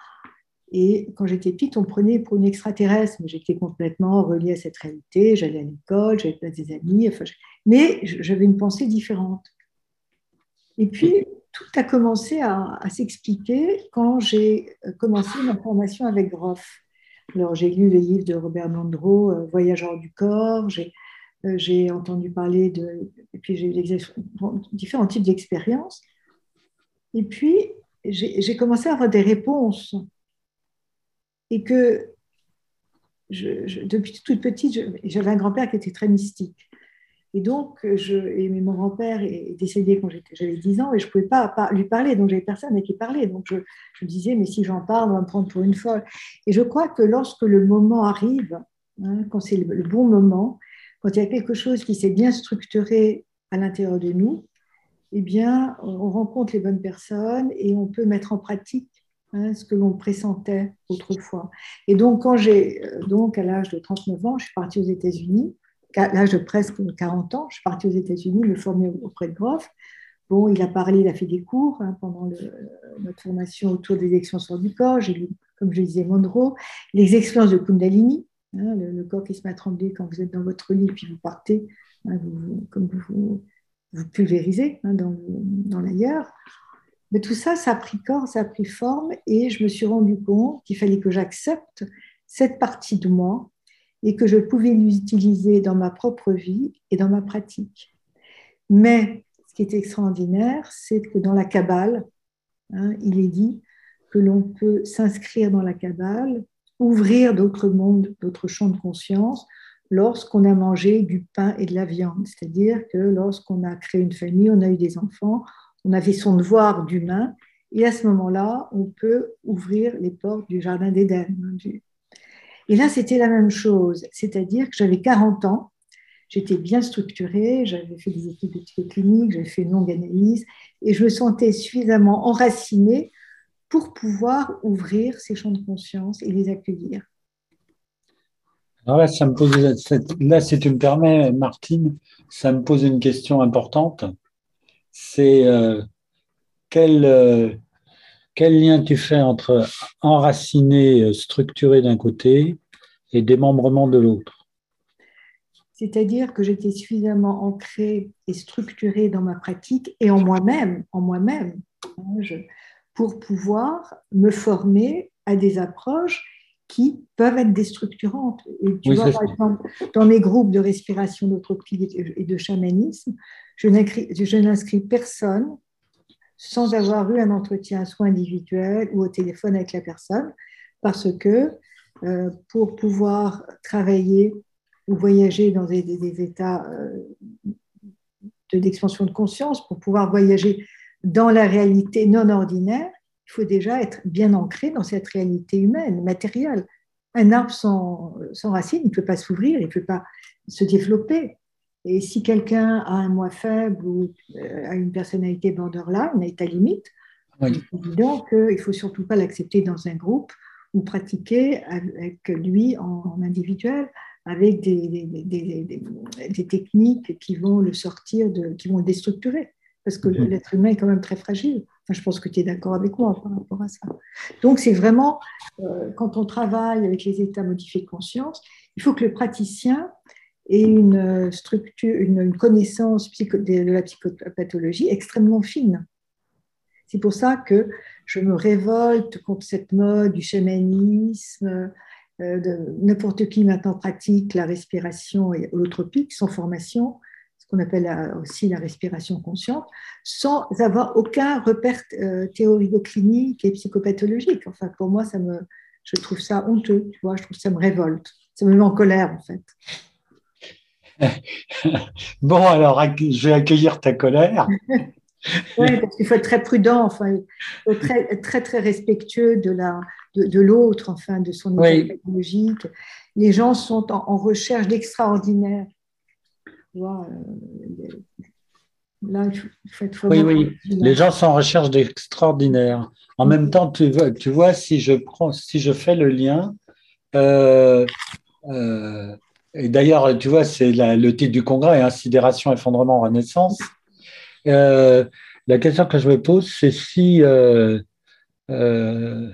Et quand j'étais petite, on me prenait pour une extraterrestre, mais j'étais complètement reliée à cette réalité. J'allais à l'école, j'avais pas des amis, enfin, je... mais j'avais une pensée différente. Et puis, tout a commencé à, à s'expliquer quand j'ai commencé ma formation avec Groff. Alors, j'ai lu le livre de Robert Monroe, euh, Voyage hors du corps, j'ai, euh, j'ai entendu parler de. Et puis, j'ai eu différents types d'expériences. Et puis, j'ai, j'ai commencé à avoir des réponses. Et que, je, je, depuis toute petite, je, j'avais un grand-père qui était très mystique. Et donc, je, et mon grand-père est décédé quand j'avais dix ans et je ne pouvais pas, pas lui parler, donc j'avais personne à qui parler. Donc, je, je me disais, mais si j'en parle, on va me prendre pour une folle. Et je crois que lorsque le moment arrive, hein, quand c'est le, le bon moment, quand il y a quelque chose qui s'est bien structuré à l'intérieur de nous, eh bien, on rencontre les bonnes personnes et on peut mettre en pratique, hein, ce que l'on pressentait autrefois. Et donc, quand j'ai, donc à l'âge de trente-neuf ans, je suis partie aux États-Unis. À l'âge de presque quarante ans, je suis partie aux États-Unis me former auprès de Groff. Bon, il a parlé, il a fait des cours, hein, pendant le, notre formation autour des expériences hors du corps. J'ai lu comme je disais Monroe, les expériences de Kundalini, hein, le, le corps qui se met à trembler quand vous êtes dans votre lit, puis vous partez, hein, vous, comme vous vous, vous pulvérisez hein, dans, dans l'ailleurs. Mais tout ça, ça a pris corps, ça a pris forme, et je me suis rendu compte qu'il fallait que j'accepte cette partie de moi et que je pouvais l'utiliser dans ma propre vie et dans ma pratique. Mais ce qui est extraordinaire, c'est que dans la Kabbale, hein, il est dit que l'on peut s'inscrire dans la Kabbale, ouvrir d'autres mondes, d'autres champs de conscience, lorsqu'on a mangé du pain et de la viande. C'est-à-dire que lorsqu'on a créé une famille, on a eu des enfants, on avait son devoir d'humain, et à ce moment-là, on peut ouvrir les portes du Jardin d'Éden. Et là, c'était la même chose, c'est-à-dire que j'avais quarante ans, j'étais bien structurée, j'avais fait des études de psychoclinique, j'avais fait une longue analyse, et je me sentais suffisamment enracinée pour pouvoir ouvrir ces champs de conscience et les accueillir. Alors là, ça me pose, là, si tu me permets, Martine, ça me pose une question importante. C'est euh, quel, euh, quel lien tu fais entre enraciné, structuré d'un côté et démembrement de l'autre? C'est-à-dire que j'étais suffisamment ancrée et structurée dans ma pratique et en moi-même, en moi-même, hein, je, pour pouvoir me former à des approches qui peuvent être déstructurantes. Et tu Oui, vois, par exemple, dans mes groupes de respiration d'entropie et de chamanisme, je n'inscris personne sans avoir eu un entretien soit individuel ou au téléphone avec la personne, parce que euh, pour pouvoir travailler ou voyager dans des, des, des états euh, de, d'expansion de conscience, pour pouvoir voyager dans la réalité non ordinaire, il faut déjà être bien ancré dans cette réalité humaine, matérielle. Un arbre sans, sans racines, il ne peut pas s'ouvrir, il ne peut pas se développer. Et si quelqu'un a un moi faible ou a une personnalité borderline, est à limite, oui. Il est évident qu'il ne faut surtout pas l'accepter dans un groupe ou pratiquer avec lui en, en individuel, avec des, des, des, des, des techniques qui vont le sortir, de, qui vont le déstructurer. Parce que mmh. l'être humain est quand même très fragile. Enfin, je pense que tu es d'accord avec moi par rapport à ça. Donc, c'est vraiment, euh, quand on travaille avec les états modifiés de conscience, il faut que le praticien ait une structure, une, une connaissance psycho, de la psychopathologie extrêmement fine. C'est pour ça que je me révolte contre cette mode du chamanisme. Euh, de, n'importe qui maintenant pratique la respiration holotropique sans formation, ce qu'on appelle la, aussi la respiration consciente, sans avoir aucun repère euh, théorico-clinique et psychopathologique. Enfin, pour moi, ça me, je trouve ça honteux, tu vois, je trouve que ça me révolte. Ça me met en colère, en fait. Bon, alors, je vais accueillir ta colère. Oui, parce qu'il faut être très prudent, enfin, il faut être très, très, très respectueux de, la, de, de l'autre, enfin, de son état oui. psychologique. Les gens sont en, en recherche d'extraordinaire. Tu vois, euh, là, il faut être oui, oui. Les gens sont en recherche d'extraordinaire. En mmh. même temps, tu vois, tu vois, si je prends, si je fais le lien, euh, euh, et d'ailleurs, tu vois, c'est la, le titre du congrès, hein, Sidération, effondrement, renaissance. Euh, la question que je me pose, c'est si euh, euh,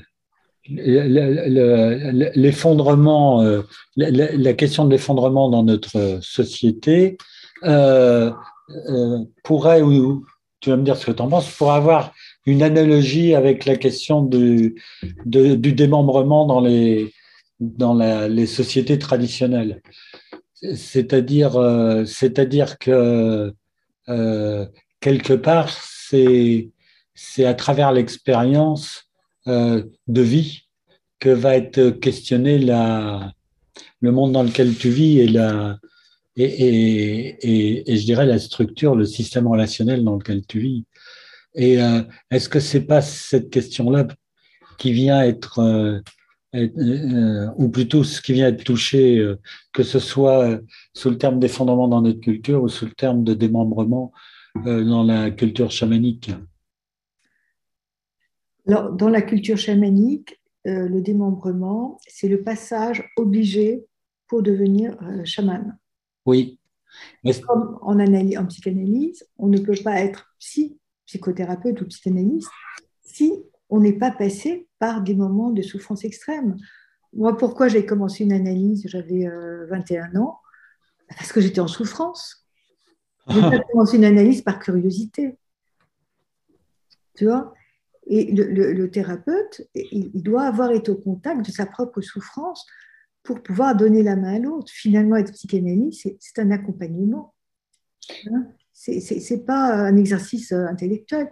l'effondrement, euh, la, la question de l'effondrement dans notre société euh, euh, pourrait, ou tu vas me dire ce que tu en penses, pourrait avoir une analogie avec la question du, de, du démembrement dans les, dans la, les sociétés traditionnelles. C'est-à-dire, euh, c'est-à-dire que euh, quelque part, c'est, c'est à travers l'expérience euh, de vie que va être questionné la, le monde dans lequel tu vis et, la, et, et, et, et je dirais la structure, le système relationnel dans lequel tu vis. Et euh, est-ce que c'est pas cette question-là qui vient être, euh, être euh, ou plutôt ce qui vient être touché, euh, que ce soit sous le terme d'effondrement dans notre culture ou sous le terme de démembrement euh, dans la culture chamanique? Alors, dans la culture chamanique, euh, le démembrement, c'est le passage obligé pour devenir euh, chaman. Oui. Mais... Comme en, analyse, en psychanalyse, on ne peut pas être psy, psychothérapeute ou psychanalyste si on n'est pas passé par des moments de souffrance extrême. Moi, pourquoi j'ai commencé une analyse? J'avais euh, vingt et un ans, parce que j'étais en souffrance. J'ai pas commencé une analyse par curiosité, tu vois. Et le, le, le thérapeute, il, il doit avoir été au contact de sa propre souffrance pour pouvoir donner la main à l'autre. Finalement, être psychanalyste, c'est, c'est un accompagnement. Hein, c'est, c'est, c'est pas un exercice intellectuel.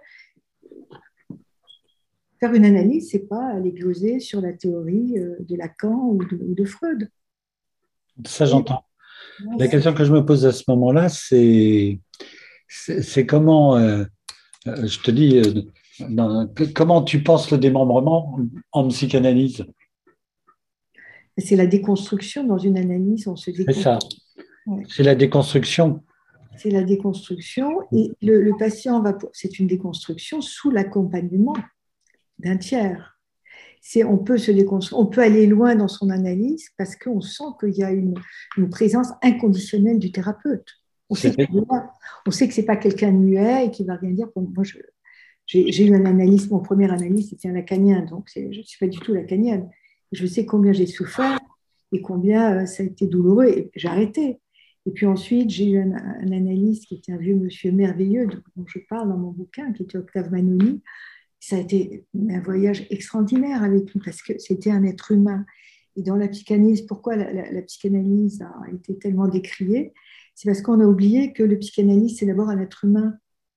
Faire une analyse, c'est pas aller gloser sur la théorie de Lacan ou de, ou de Freud. Ça, j'entends. La question que je me pose à ce moment-là, c'est, c'est, c'est comment, euh, je te dis, euh, dans, comment tu penses le démembrement en psychanalyse? C'est la déconstruction. Dans une analyse, on se déconstruit. C'est ça. Ouais. C'est la déconstruction. C'est la déconstruction et le, le patient va, pour, c'est une déconstruction sous l'accompagnement d'un tiers. C'est, on peut se déconstruire, on peut aller loin dans son analyse parce qu'on sent qu'il y a une, une présence inconditionnelle du thérapeute. On sait, que, on sait que c'est pas quelqu'un de muet et qui va rien dire. Moi, je, j'ai, j'ai eu un analyste, mon premier analyste, c'était un lacanien, donc c'est, je ne suis pas du tout lacanienne. Je sais combien j'ai souffert et combien ça a été douloureux et j'ai arrêté. Et puis ensuite, j'ai eu un, un analyste qui était un vieux monsieur merveilleux, dont je parle dans mon bouquin, qui était Octave Manoni. Ça a été un voyage extraordinaire avec lui parce que c'était un être humain. Et dans la psychanalyse, pourquoi la, la, la psychanalyse a été tellement décriée? C'est parce qu'on a oublié que le psychanalyste, c'est d'abord un être humain.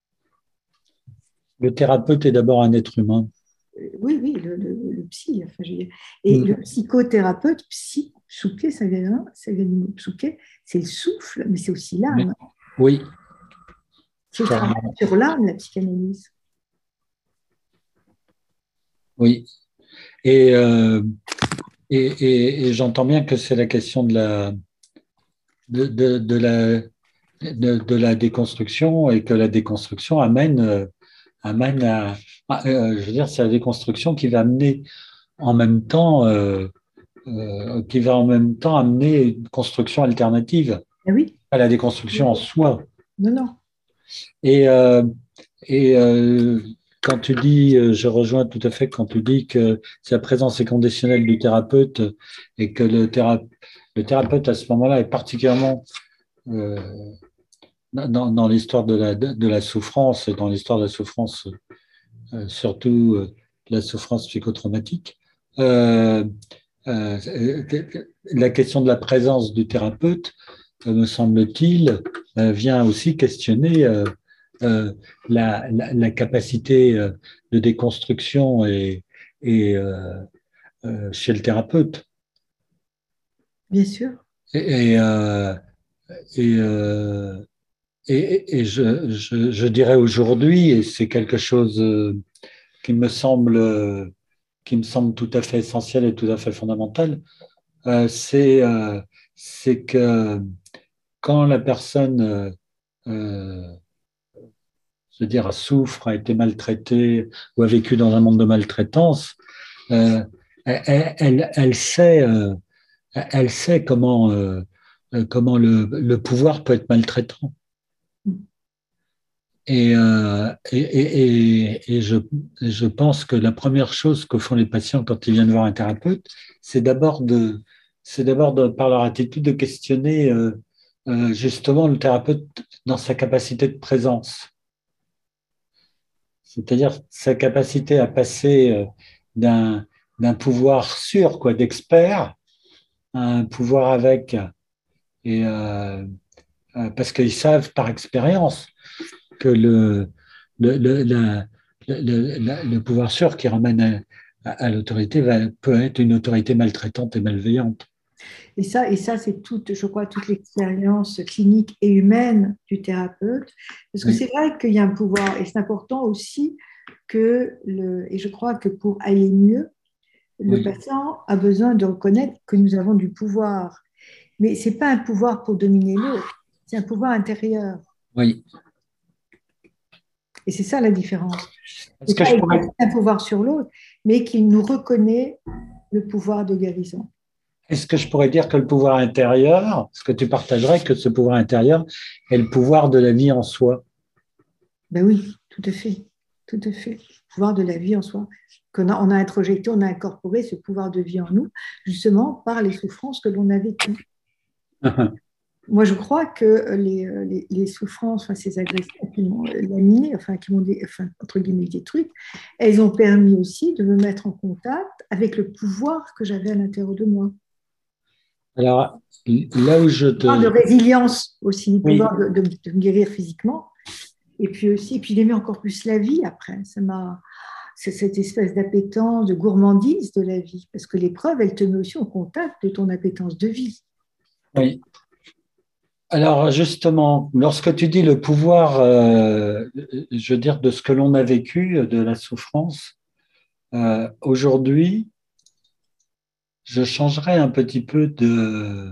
Le thérapeute est d'abord un être humain. Oui, oui, le, le, le psy. Enfin, je veux dire. Et mmh. le psychothérapeute, psy, souké, ça vient, ça vient du mot souké, c'est le souffle, mais c'est aussi l'âme. Mais, oui. C'est le travail sur l'âme, la psychanalyse. Oui. Et, euh, et, et, et j'entends bien que c'est la question de la, de, de, de la, de, de la déconstruction et que la déconstruction amène, euh, amène à. Euh, je veux dire, c'est la déconstruction qui va amener en même temps, euh, euh, qui va en même temps amener une construction alternative ah oui. à la déconstruction en soi. Non, non. Et, euh, et euh, quand tu dis, je rejoins tout à fait quand tu dis que c'est la présence inconditionnelle du thérapeute et que le, théra, le thérapeute à ce moment-là est particulièrement euh, dans, dans l'histoire de la, de, de la souffrance, dans l'histoire de la souffrance, euh, surtout euh, la souffrance psychotraumatique. Euh, euh, la question de la présence du thérapeute, euh, me semble-t-il, euh, vient aussi questionner euh, euh, la, la, la capacité euh, de déconstruction et, et euh, euh, chez le thérapeute. Bien sûr. Et, et, euh, et, euh, et, et je, je, je dirais aujourd'hui, et c'est quelque chose qui me semble, qui me semble tout à fait essentiel et tout à fait fondamental, euh, c'est, euh, c'est que quand la personne euh, je veux dire, souffre, a été maltraitée ou a vécu dans un monde de maltraitance, euh, elle, elle, elle, sait, euh, elle sait comment, euh, comment le, le pouvoir peut être maltraitant. Et, euh, et, et, et je, je pense que la première chose que font les patients quand ils viennent voir un thérapeute, c'est d'abord de, c'est d'abord de, par leur attitude de questionner euh, euh, justement le thérapeute dans sa capacité de présence. C'est-à-dire sa capacité à passer euh, d'un, d'un pouvoir sûr, quoi, d'expert, à un pouvoir avec. Et, euh, euh, parce qu'ils savent par expérience que le, le, le, la, le, la, le pouvoir sûr qui ramène à, à, à l'autorité va, peut être une autorité maltraitante et malveillante. Et ça, et ça c'est toute, je crois, toute l'expérience clinique et humaine du thérapeute. Parce que oui. C'est vrai qu'il y a un pouvoir, et c'est important aussi que, le, et je crois que pour aller mieux, le oui. patient a besoin de reconnaître que nous avons du pouvoir. Mais ce n'est pas un pouvoir pour dominer l'autre, c'est un pouvoir intérieur. Oui. Et c'est ça la différence. C'est pas pourrais... un pouvoir sur l'autre, mais qu'il nous reconnaît le pouvoir de guérison. Est-ce que je pourrais dire que le pouvoir intérieur, est-ce que tu partagerais que ce pouvoir intérieur est le pouvoir de la vie en soi? Ben oui, tout à fait, tout à fait. Le pouvoir de la vie en soi. qu'on a, on a introjecté, on a incorporé ce pouvoir de vie en nous, justement par les souffrances que l'on a vécues. Moi, je crois que les, les, les souffrances, enfin, ces agressions qui m'ont laminé, enfin, qui m'ont, enfin, entre guillemets, détruite, elles ont permis aussi de me mettre en contact avec le pouvoir que j'avais à l'intérieur de moi. Alors, là où je te... Le pouvoir de résilience aussi, le Oui. pouvoir de, de, de me guérir physiquement, et puis aussi, et puis d'aimer encore plus la vie après. Ça m'a... C'est cette espèce d'appétence, de gourmandise de la vie, parce que l'épreuve, elle te met aussi en contact de ton appétence de vie. Oui. Alors justement, lorsque tu dis le pouvoir, euh, je veux dire, de ce que l'on a vécu, de la souffrance, euh, aujourd'hui, je changerais un petit peu de...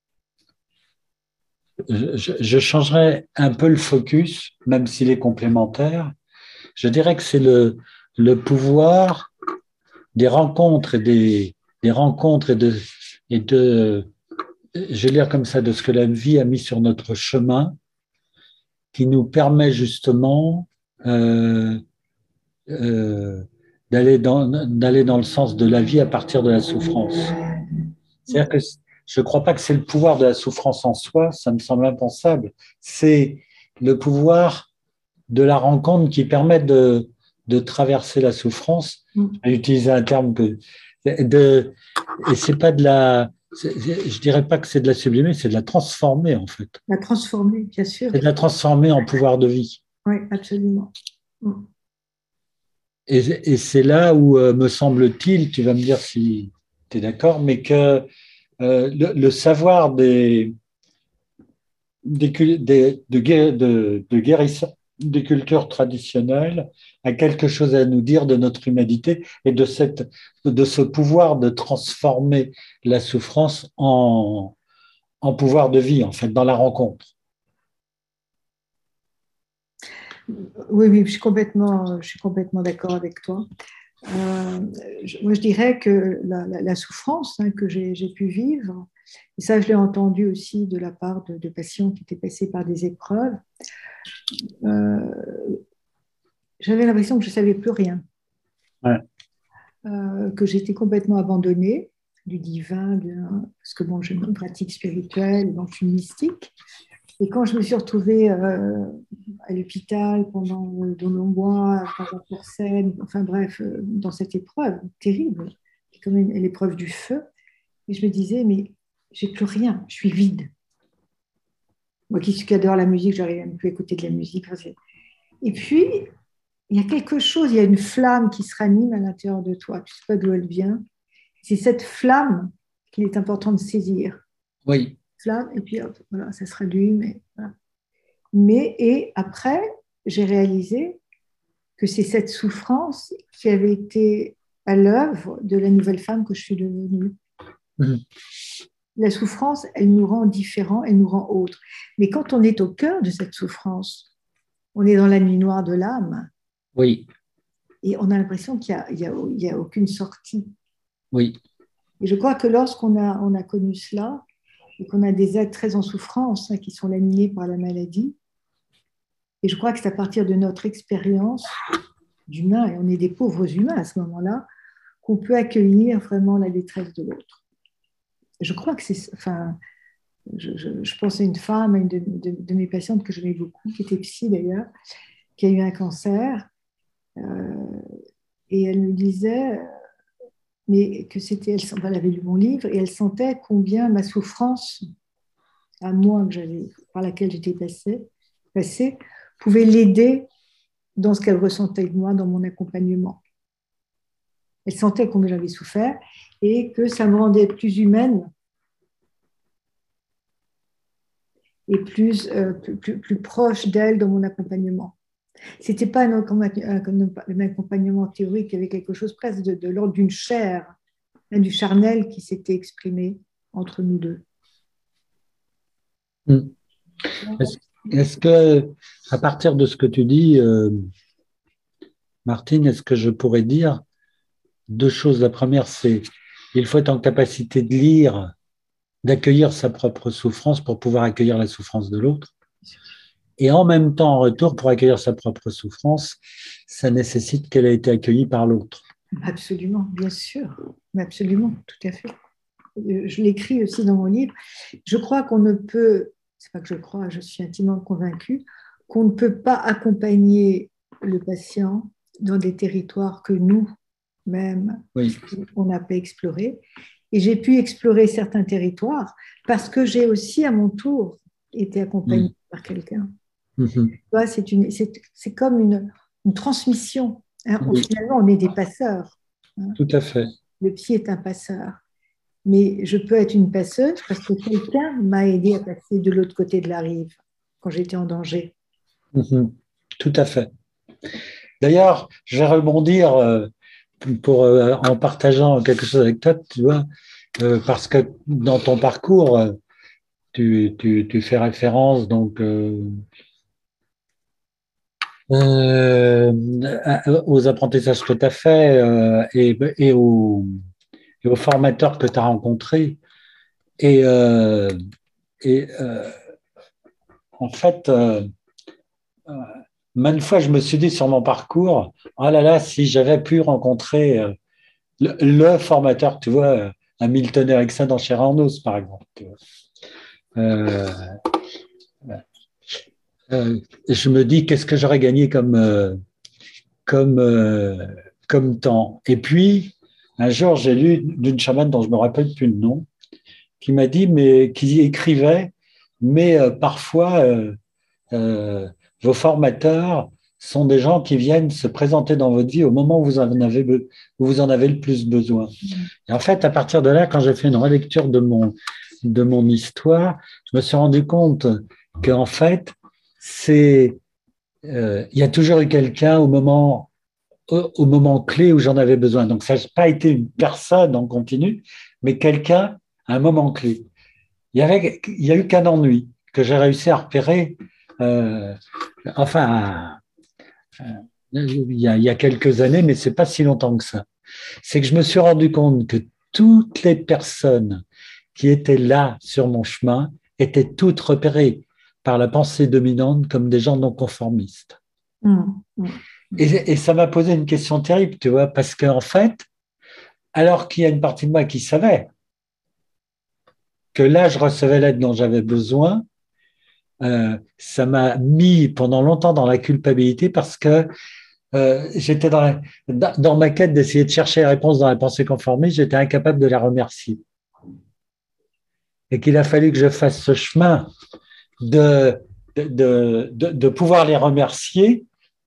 Je, je changerais un peu le focus, même s'il est complémentaire. Je dirais que c'est le, le pouvoir des rencontres et des, des rencontres et de, et de je vais lire comme ça, de ce que la vie a mis sur notre chemin, qui nous permet justement euh, euh, d'aller dans, d'aller dans le sens de la vie à partir de la souffrance. C'est-à-dire que je ne crois pas que c'est le pouvoir de la souffrance en soi, ça me semble impensable. C'est le pouvoir de la rencontre qui permet de, de traverser la souffrance. J'ai utilisé un terme que... De, et c'est pas de la... Je dirais pas que c'est de la sublimer, c'est de la transformer en fait. La transformer, bien sûr. C'est de la transformer en pouvoir de vie. Oui, absolument. Et, et c'est là où, euh, me semble-t-il, tu vas me dire si tu es d'accord, mais que euh, le, le savoir des, des, des, de, de, de guérisseurs, des cultures traditionnelles a quelque chose à nous dire de notre humanité et de, cette, de ce pouvoir de transformer la souffrance en, en pouvoir de vie, en fait, dans la rencontre. Oui, oui, je suis complètement, je suis complètement d'accord avec toi. Euh, je, moi, je dirais que la, la, la souffrance hein, que j'ai, j'ai pu vivre, et ça, je l'ai entendu aussi de la part de, de patients qui étaient passés par des épreuves, euh, j'avais l'impression que je ne savais plus rien. Ouais. Euh, que j'étais complètement abandonnée du divin, de, parce que bon, j'ai une pratique spirituelle, donc je suis mystique. Et quand je me suis retrouvée euh, à l'hôpital pendant de longs mois, pendant la scène, enfin bref, euh, dans cette épreuve terrible, qui est comme une, l'épreuve du feu, et je me disais, mais j'ai plus rien, je suis vide. Moi qui, qui adore la musique, j'arrive même plus à écouter de la musique. Enfin, et puis, il y a quelque chose, il y a une flamme qui se ranime à l'intérieur de toi. Tu ne sais pas d'où elle vient. C'est cette flamme qu'il est important de saisir. Oui. Flamme, et puis hop, voilà, ça se rallume. Et, voilà. Mais, et après, j'ai réalisé que c'est cette souffrance qui avait été à l'œuvre de la nouvelle femme que je suis devenue. Mmh. La souffrance, elle nous rend différents, elle nous rend autres. Mais quand on est au cœur de cette souffrance, on est dans la nuit noire de l'âme. Oui. Et on a l'impression qu'il n'y a, a, a aucune sortie. Oui. Et je crois que lorsqu'on a, on a connu cela, et qu'on a des êtres très en souffrance, hein, qui sont laminés par la maladie, et je crois que c'est à partir de notre expérience d'humain, et on est des pauvres humains à ce moment-là, qu'on peut accueillir vraiment la détresse de l'autre. Et je crois que c'est... Enfin, je, je, je pense à une femme, à une de, de, de mes patientes que j'aimais beaucoup, qui était psy d'ailleurs, qui a eu un cancer, euh, et elle me disait... mais que c'était, elle, elle avait lu mon livre et elle sentait combien ma souffrance, à moi que j'avais, par laquelle j'étais passée, passée, pouvait l'aider dans ce qu'elle ressentait de moi, dans mon accompagnement. Elle sentait combien j'avais souffert et que ça me rendait plus humaine et plus, euh, plus, plus, plus proche d'elle dans mon accompagnement. Ce n'était pas un, un accompagnement théorique, il y avait quelque chose presque de, de l'ordre d'une chair, hein, du charnel qui s'était exprimé entre nous deux. Mmh. Est-ce, est-ce que, à partir de ce que tu dis, euh, Martine, est-ce que je pourrais dire deux choses? La première, c'est qu'il faut être en capacité de lire, d'accueillir sa propre souffrance pour pouvoir accueillir la souffrance de l'autre. Et en même temps, en retour, pour accueillir sa propre souffrance, ça nécessite qu'elle ait été accueillie par l'autre. Absolument, bien sûr, absolument, tout à fait. Je l'écris aussi dans mon livre. Je crois qu'on ne peut, c'est pas que je crois, je suis intimement convaincue, qu'on ne peut pas accompagner le patient dans des territoires que nous-mêmes, Oui. on n'a pas explorés. Et j'ai pu explorer certains territoires parce que j'ai aussi, à mon tour, été accompagnée mmh. par quelqu'un. Mmh. C'est, une, c'est, c'est comme une, une transmission. Hein. Oui. Finalement, on est des passeurs. Hein. Tout à fait. Le psy est un passeur. Mais je peux être une passeuse parce que quelqu'un m'a aidé à passer de l'autre côté de la rive quand j'étais en danger. Mmh. Tout à fait. D'ailleurs, je vais rebondir euh, pour, euh, en partageant quelque chose avec toi, tu vois, euh, parce que dans ton parcours, euh, tu, tu, tu fais référence donc euh, euh, aux apprentissages que tu as fait euh, et, et, aux, et aux formateurs que tu as rencontrés. Et, euh, et euh, en fait, euh, maintes fois, je me suis dit sur mon parcours, oh là là, si j'avais pu rencontrer euh, le, le formateur, tu vois, euh, un Milton Erickson dans Chair en os, par exemple. Tu vois. Euh, euh, je me dis, qu'est-ce que j'aurais gagné comme, euh, comme, euh, comme temps. Et puis, un jour, j'ai lu d'une chamane dont je ne me rappelle plus le nom, qui m'a dit, mais qui écrivait, mais euh, parfois, euh, euh, vos formateurs sont des gens qui viennent se présenter dans votre vie au moment où vous en avez, où vous en avez le plus besoin. Et en fait, à partir de là, quand j'ai fait une relecture de mon, de mon histoire, je me suis rendu compte qu'en fait, c'est, euh, il y a toujours eu quelqu'un au moment, au, au moment clé où j'en avais besoin. Donc, ça n'a pas été une personne en continu, mais quelqu'un à un moment clé. Il y avait, il y a eu qu'un ennui que j'ai réussi à repérer. Euh, enfin, euh, il y, a, il y a quelques années, mais c'est pas si longtemps que ça. C'est que je me suis rendu compte que toutes les personnes qui étaient là sur mon chemin étaient toutes repérées par la pensée dominante comme des gens non conformistes. Mmh. Mmh. Et, et ça m'a posé une question terrible, tu vois, parce qu'en fait, alors qu'il y a une partie de moi qui savait que là, je recevais l'aide dont j'avais besoin, euh, ça m'a mis pendant longtemps dans la culpabilité parce que euh, j'étais dans, la, dans ma quête d'essayer de chercher les réponses dans la pensée conformiste, j'étais incapable de la remercier. Et qu'il a fallu que je fasse ce chemin de, de, de, de pouvoir les remercier,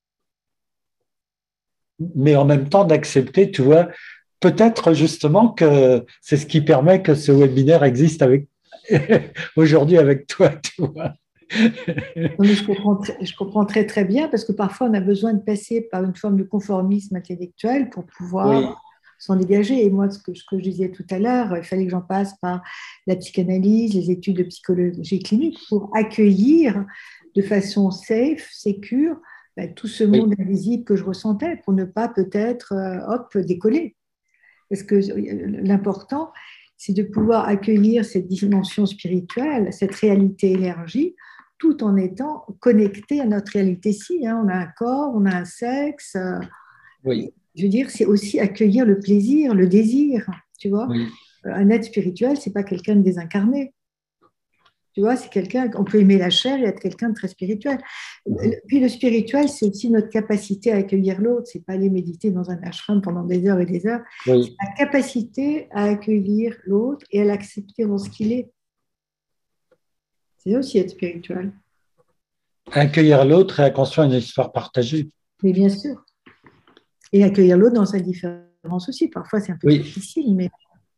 mais en même temps d'accepter, tu vois, peut-être justement que c'est ce qui permet que ce webinaire existe avec aujourd'hui avec toi, tu vois. Non, mais je, comprends très, je comprends très très bien parce que parfois on a besoin de passer par une forme de conformisme intellectuel pour pouvoir oui. s'en dégager. Et moi, ce que, ce que je disais tout à l'heure, il fallait que j'en passe par la psychanalyse, les études de psychologie clinique pour accueillir de façon safe, sécure, ben, tout ce monde oui. invisible que je ressentais pour ne pas peut-être euh, hop, décoller. Parce que l'important, c'est de pouvoir accueillir cette dimension spirituelle, cette réalité élargie, tout en étant connecté à notre réalité-ci. Hein. On a un corps, on a un sexe. Euh, oui. Je veux dire, c'est aussi accueillir le plaisir, le désir. Tu vois, oui. Un être spirituel, c'est pas quelqu'un de désincarné. Tu vois, c'est quelqu'un, on peut aimer la chair et être quelqu'un de très spirituel. Mmh. Puis le spirituel, c'est aussi notre capacité à accueillir l'autre. C'est pas aller méditer dans un ashram pendant des heures et des heures. Oui. C'est la capacité à accueillir l'autre et à l'accepter dans ce qu'il est. C'est aussi être spirituel. Accueillir l'autre et à construire une histoire partagée. Mais bien sûr. Et accueillir l'autre dans sa différence aussi. Parfois, c'est un peu oui. difficile, mais...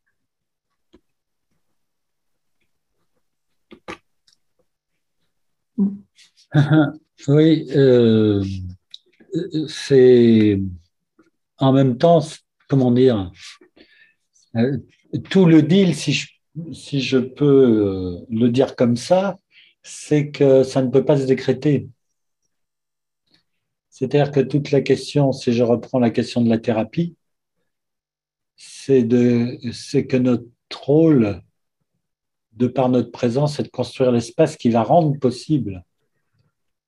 Oui, euh, c'est en même temps, comment dire, euh, tout le deal, si je, si je peux le dire comme ça, c'est que ça ne peut pas se décréter. C'est-à-dire que toute la question, si je reprends la question de la thérapie, c'est de, c'est que notre rôle, de par notre présence, c'est de construire l'espace qui va rendre possible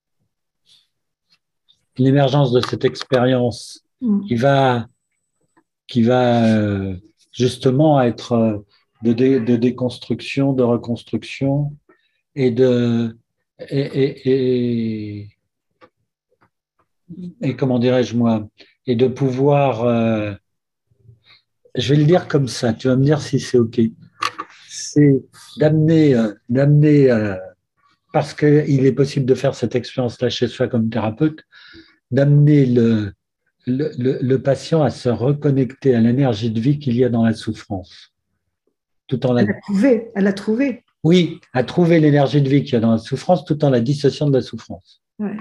l'émergence de cette expérience, mmh. qui va qui va euh, justement être euh, de, dé, de déconstruction, de reconstruction et de et, et, et, et comment dirais-je moi, et de pouvoir, euh, je vais le dire comme ça, tu vas me dire si c'est OK, c'est d'amener, euh, d'amener euh, parce qu'il est possible de faire cette expérience-là chez soi comme thérapeute, d'amener le, le, le, le patient à se reconnecter à l'énergie de vie qu'il y a dans la souffrance. Tout en la... Elle l'a trouvé, elle l'a trouvé. Oui, à trouver l'énergie de vie qu'il y a dans la souffrance tout en la dissociant de la souffrance. Ouais.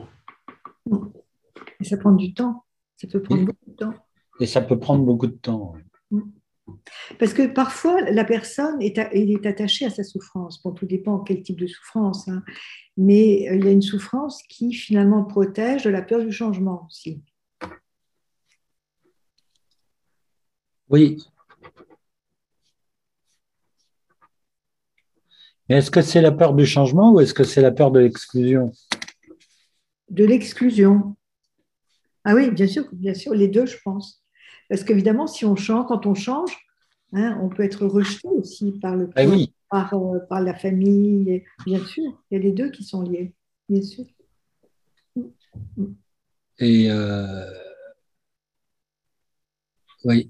Et ça prend du temps. Ça peut prendre et, beaucoup de temps. Et ça peut prendre beaucoup de temps. Parce que parfois, la personne est, à, est attachée à sa souffrance. Bon, tout dépend quel type de souffrance. Hein. Mais il y a une souffrance qui finalement protège de la peur du changement aussi. Oui. Mais est-ce que c'est la peur du changement ou est-ce que c'est la peur de l'exclusion? De l'exclusion. Ah oui, bien sûr, bien sûr, les deux, je pense. Parce qu'évidemment, si on change, quand on change, hein, on peut être rejeté aussi par le ah oui. par, euh, par la famille. Et, bien sûr, il y a les deux qui sont liés, bien sûr. Et euh, oui.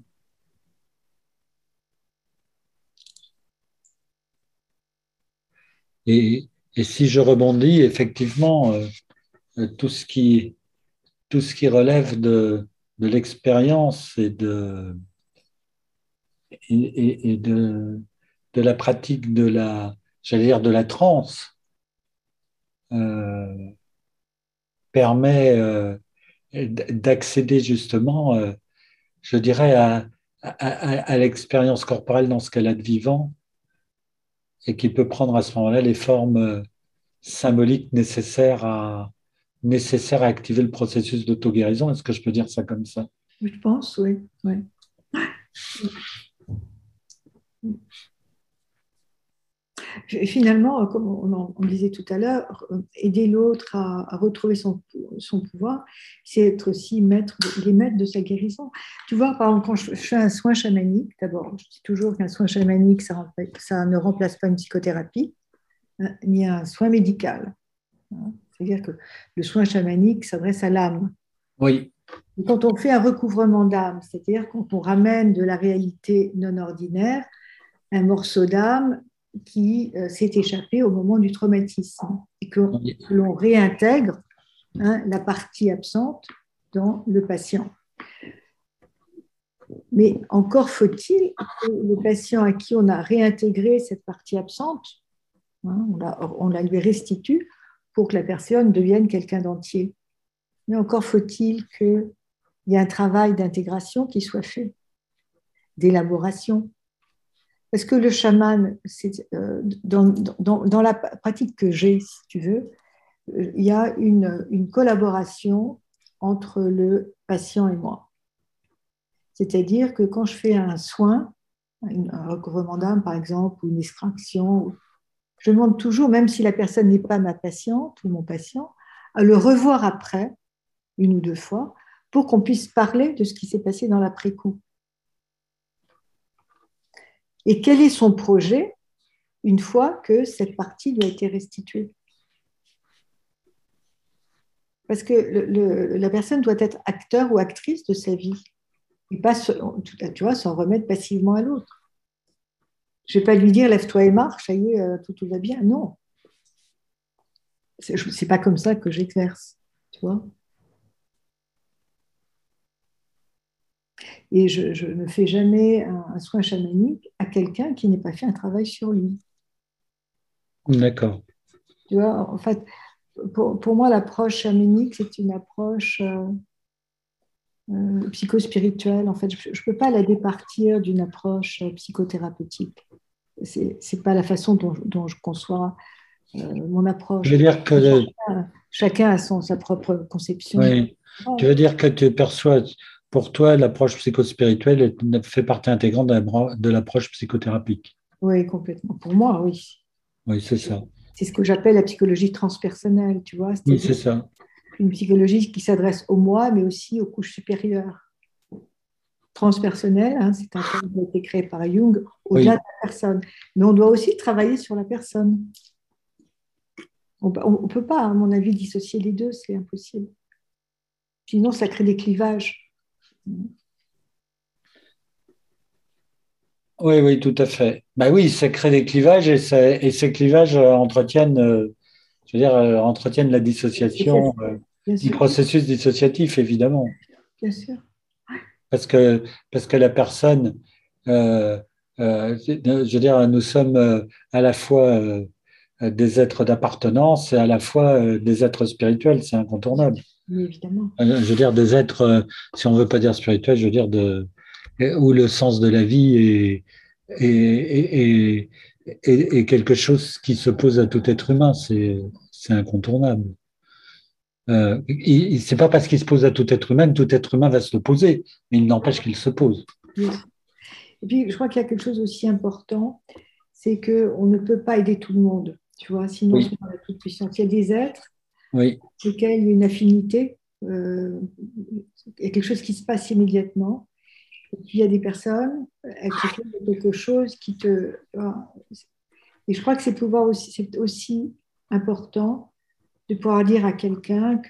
Et, et si je rebondis, effectivement, euh, tout ce qui, tout ce qui relève de, de l'expérience et de, et, et, et de, de la pratique de la, j'allais dire, de la transe, euh, permet euh, d'accéder justement, euh, je dirais, à, à, à, à l'expérience corporelle dans ce qu'elle a de vivant et qui peut prendre à ce moment-là les formes symboliques nécessaires à, nécessaires à activer le processus d'auto-guérison. Est-ce que je peux dire ça comme ça? Je pense, oui. oui. Finalement, comme on, on disait tout à l'heure, aider l'autre à, à retrouver son, son pouvoir, c'est être aussi maître, les maîtres de sa guérison. Tu vois, par exemple, quand je, je fais un soin chamanique, d'abord, je dis toujours qu'un soin chamanique, ça, ça ne remplace pas une psychothérapie, hein, ni un soin médical. Hein. C'est-à-dire que le soin chamanique s'adresse à l'âme. Oui. Et quand on fait un recouvrement d'âme, c'est-à-dire quand on ramène de la réalité non ordinaire un morceau d'âme qui euh, s'est échappé au moment du traumatisme et que, oui. que l'on réintègre hein, la partie absente dans le patient. Mais encore faut-il que le patient à qui on a réintégré cette partie absente, hein, on, la, on la lui restitue pour que la personne devienne quelqu'un d'entier. Mais encore faut-il qu'il y ait un travail d'intégration qui soit fait, d'élaboration. Parce que le chaman, c'est, euh, dans, dans, dans la pratique que j'ai, si tu veux, il y a une, une collaboration entre le patient et moi. C'est-à-dire que quand je fais un soin, un recouvrement d'âme par exemple, ou une extraction, je demande toujours, même si la personne n'est pas ma patiente ou mon patient, à le revoir après, une ou deux fois, pour qu'on puisse parler de ce qui s'est passé dans l'après-coup. Et quel est son projet une fois que cette partie lui a été restituée? Parce que le, le, la personne doit être acteur ou actrice de sa vie, et pas, tu vois, s'en remettre passivement à l'autre. Je ne vais pas lui dire lève-toi et marche, ça y est, tout, tout va bien. Non. Ce n'est pas comme ça que j'exerce, tu vois. Et je, je ne fais jamais un, un soin chamanique à quelqu'un qui n'ait pas fait un travail sur lui. D'accord. Tu vois, en fait, pour, pour moi, l'approche chamanique, c'est une approche euh, euh, psychospirituelle. En fait, je ne peux pas la départir d'une approche euh, psychothérapeutique. Ce n'est pas la façon dont, dont je conçois euh, mon approche. Je veux dire que chacun, chacun a son, sa propre conception. Oui. Tu veux dire que tu perçois, pour toi, l'approche psychospirituelle fait partie intégrante de l'approche psychothérapique. Oui, complètement. Pour moi, oui. Oui, c'est ça. C'est ce que j'appelle la psychologie transpersonnelle, tu vois. Oui, c'est ça. Une psychologie qui s'adresse au moi, mais aussi aux couches supérieures. transpersonnel, hein, c'est un terme qui a été créé par Jung, au-delà oui. de la personne. Mais on doit aussi travailler sur la personne. On ne peut pas, à mon avis, dissocier les deux, c'est impossible. Sinon, ça crée des clivages. Oui, oui, tout à fait. Ben oui, ça crée des clivages et, ça, et ces clivages euh, entretiennent, euh, je veux dire, euh, entretiennent la dissociation, euh, le processus dissociatif, évidemment. Bien sûr. Parce que, parce que la personne, euh, euh, je veux dire, nous sommes euh, à la fois euh, des êtres d'appartenance et à la fois euh, des êtres spirituels, c'est incontournable. Mais évidemment. Euh, je veux dire, des êtres, euh, si on ne veut pas dire spirituels, je veux dire, de, où le sens de la vie est, est, est, est, est quelque chose qui s'oppose à tout être humain, c'est, c'est incontournable. Euh, ce n'est pas parce qu'il se pose à tout être humain que tout être humain va se l'opposer, mais il n'empêche qu'il se pose. Oui. Et puis, je crois qu'il y a quelque chose aussi important, c'est qu'on ne peut pas aider tout le monde, tu vois, sinon oui. On a toute puissance. Il y a des êtres oui. pour lesquels il y a une affinité, euh, il y a quelque chose qui se passe immédiatement, et puis il y a des personnes avec lesquelles il y a quelque chose qui te... Et je crois que c'est, pouvoir aussi, c'est aussi important de pouvoir dire à quelqu'un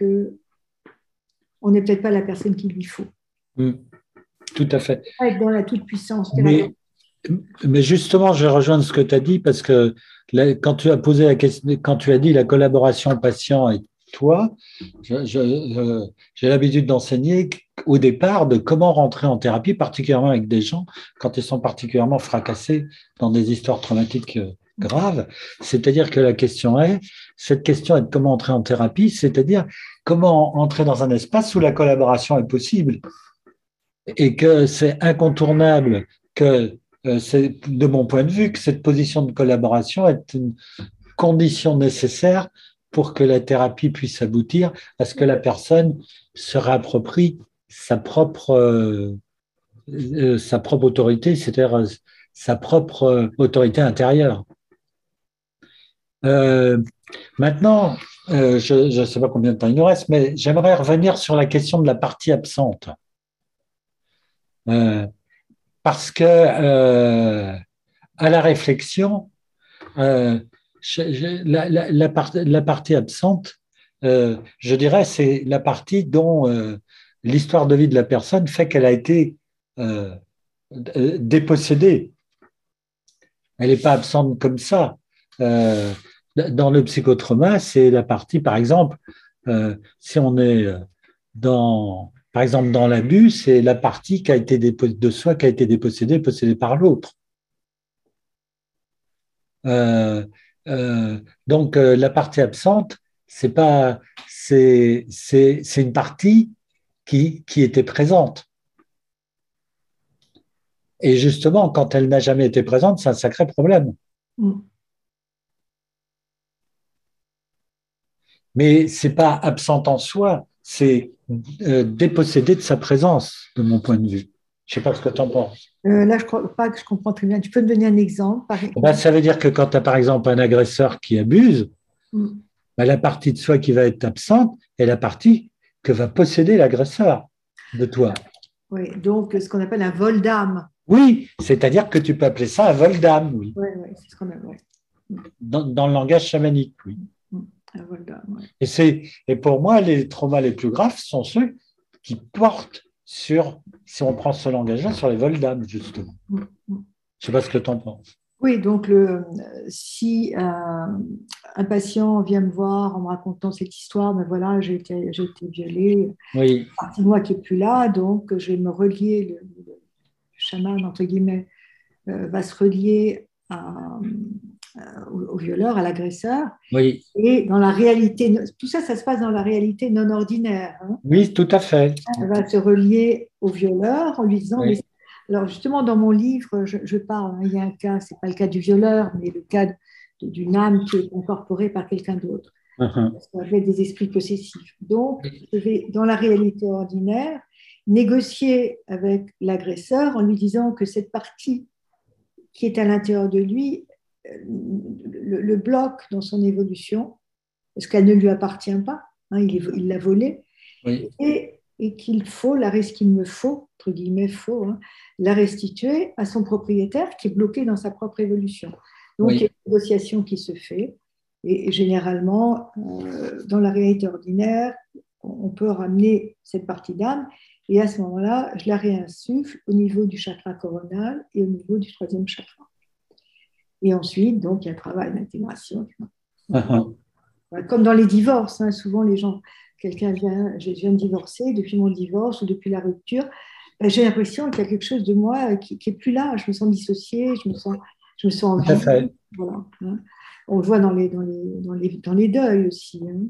qu'on n'est peut-être pas la personne qu'il lui faut. Mmh. Tout à fait. Être dans la toute-puissance. Mais, mais justement, je vais rejoindre ce que tu as dit parce que là, quand tu as posé la question, quand tu as dit la collaboration patient et toi, je, je, je, j'ai l'habitude d'enseigner au départ de comment rentrer en thérapie, particulièrement avec des gens quand ils sont particulièrement fracassés dans des histoires traumatiques graves. C'est-à-dire que la question est, cette question est de comment entrer en thérapie, c'est-à-dire comment entrer dans un espace où la collaboration est possible. Et que c'est incontournable que, euh, c'est, de mon point de vue, que cette position de collaboration est une condition nécessaire pour que la thérapie puisse aboutir à ce que la personne se réapproprie sa propre, euh, euh, sa propre autorité, c'est-à-dire euh, sa propre euh, autorité intérieure. Euh, maintenant, euh, je ne sais pas combien de temps il nous reste, mais j'aimerais revenir sur la question de la partie absente. Euh, parce que euh, à la réflexion, euh, je, je, la, la, la, part, la partie absente, euh, je dirais, c'est la partie dont euh, l'histoire de vie de la personne fait qu'elle a été euh, dépossédée. Elle n'est pas absente comme ça. Euh, dans le psychotrauma, c'est la partie, par exemple, euh, si on est dans Par exemple, dans l'abus, c'est la partie qui a été de soi qui a été dépossédée, possédée par l'autre. Euh, euh, donc, euh, la partie absente, c'est pas, c'est, c'est, c'est une partie qui, qui était présente. Et justement, quand elle n'a jamais été présente, c'est un sacré problème. Mm. Mais c'est pas absente en soi, c'est euh, dépossédé de sa présence, de mon point de vue. Je ne sais pas ce que tu en penses. Euh, là, je ne crois pas que je comprends très bien. Tu peux me donner un exemple, par exemple? Ben, ça veut dire que quand tu as, par exemple, un agresseur qui abuse, mm. ben, la partie de soi qui va être absente est la partie que va posséder l'agresseur de toi. Oui, donc ce qu'on appelle un vol d'âme. Oui, c'est-à-dire que tu peux appeler ça un vol d'âme, oui. Oui, oui, c'est ce qu'on appelle. Ouais. Dans, dans le langage chamanique, oui. Mm. Un vol d'âme, ouais. Et, c'est, et pour moi, les traumas les plus graves sont ceux qui portent sur, si on prend ce langage-là, sur les vols d'âme, justement. Mm. Je ne sais pas ce que tu en penses. Oui, donc le, si euh, un patient vient me voir en me racontant cette histoire, ben voilà, j'ai été, j'ai été violée, oui. partie de moi qui n'est plus là, donc je vais me relier, le, le, le chaman, entre guillemets, euh, va se relier à, à, au, au violeur, à l'agresseur. Oui. Et dans la réalité, tout ça, ça se passe dans la réalité non ordinaire. Hein. Oui, tout à fait. Elle va se relier au violeur en lui disant, oui. mais alors justement, dans mon livre, je, je parle, hein, il y a un cas, ce n'est pas le cas du violeur, mais le cas de, d'une âme qui est incorporée par quelqu'un d'autre, uh-huh. Parce qu'on appelle des esprits possessifs. Donc, je vais, dans la réalité ordinaire, négocier avec l'agresseur en lui disant que cette partie qui est à l'intérieur de lui le, le bloque dans son évolution, parce qu'elle ne lui appartient pas, hein, il, est, il l'a volée, oui. et et qu'il faut, la, qu'il me faut, entre guillemets, faut, hein, la restituer à son propriétaire qui est bloqué dans sa propre évolution. Donc, oui. Il y a une négociation qui se fait et, et généralement, euh, dans la réalité ordinaire, on peut ramener cette partie d'âme et à ce moment-là, je la réinsuffle au niveau du chakra coronal et au niveau du troisième chakra. Et ensuite, donc, il y a un travail d'intégration. Uh-huh. Comme dans les divorces, hein, souvent les gens, quelqu'un vient, je viens de divorcer, depuis mon divorce ou depuis la rupture, ben, j'ai l'impression qu'il y a quelque chose de moi qui n'est plus là. Je me sens dissociée, je me sens, je me sens en vie. Voilà, hein. On le voit dans les, dans les, dans les, dans les deuils aussi. Hein.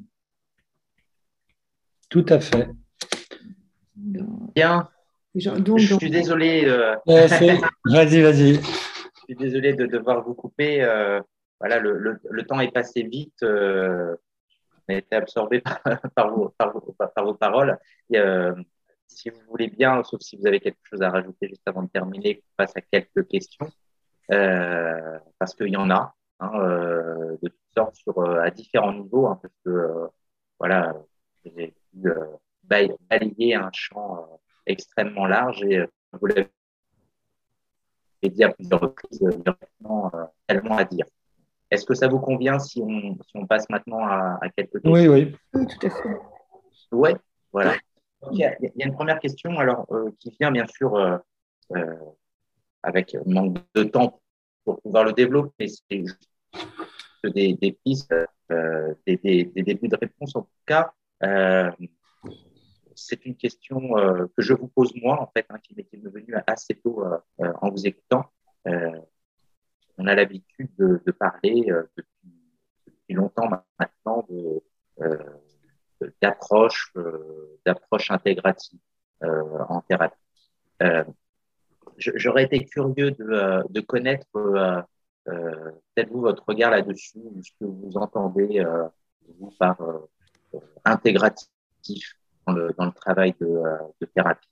Tout à fait. Bien. Genre, donc, je donc, suis désolé. Euh... vas-y, vas-y. Je suis désolé de devoir vous couper. Euh, voilà, le, le, le temps est passé vite. Euh, on a été absorbé par, par, vos, par, vos, par vos paroles. Et, euh, si vous voulez bien, sauf si vous avez quelque chose à rajouter juste avant de terminer, qu'on passe à quelques questions, euh, parce qu'il y en a hein, euh, de toutes sortes sur, euh, à différents niveaux, hein, parce que euh, voilà, j'ai pu euh, balayer un champ euh, extrêmement large et euh, vous l'avez dit à plusieurs reprises, il y a vraiment euh, tellement à dire. Est-ce que ça vous convient si on, si on passe maintenant à, à quelques questions? Oui, oui. Oui, tout à fait. Oui, voilà. Donc, il, y a, il y a une première question alors, euh, qui vient bien sûr euh, euh, avec un manque de temps pour pouvoir le développer. C'est juste des, des pistes, euh, des, des, des débuts de réponse en tout cas. Euh, c'est une question euh, que je vous pose moi, en fait, hein, qui m'est venue assez tôt euh, en vous écoutant. Euh, on a l'habitude de, de parler euh, depuis, depuis longtemps maintenant de, euh, d'approche, euh, d'approche intégrative euh, en thérapie. Euh, j'aurais été curieux de, euh, de connaître euh, euh, peut-être vous votre regard là-dessus, ce que vous entendez euh, vous par euh, intégratif dans le, dans le travail de, euh, de thérapie.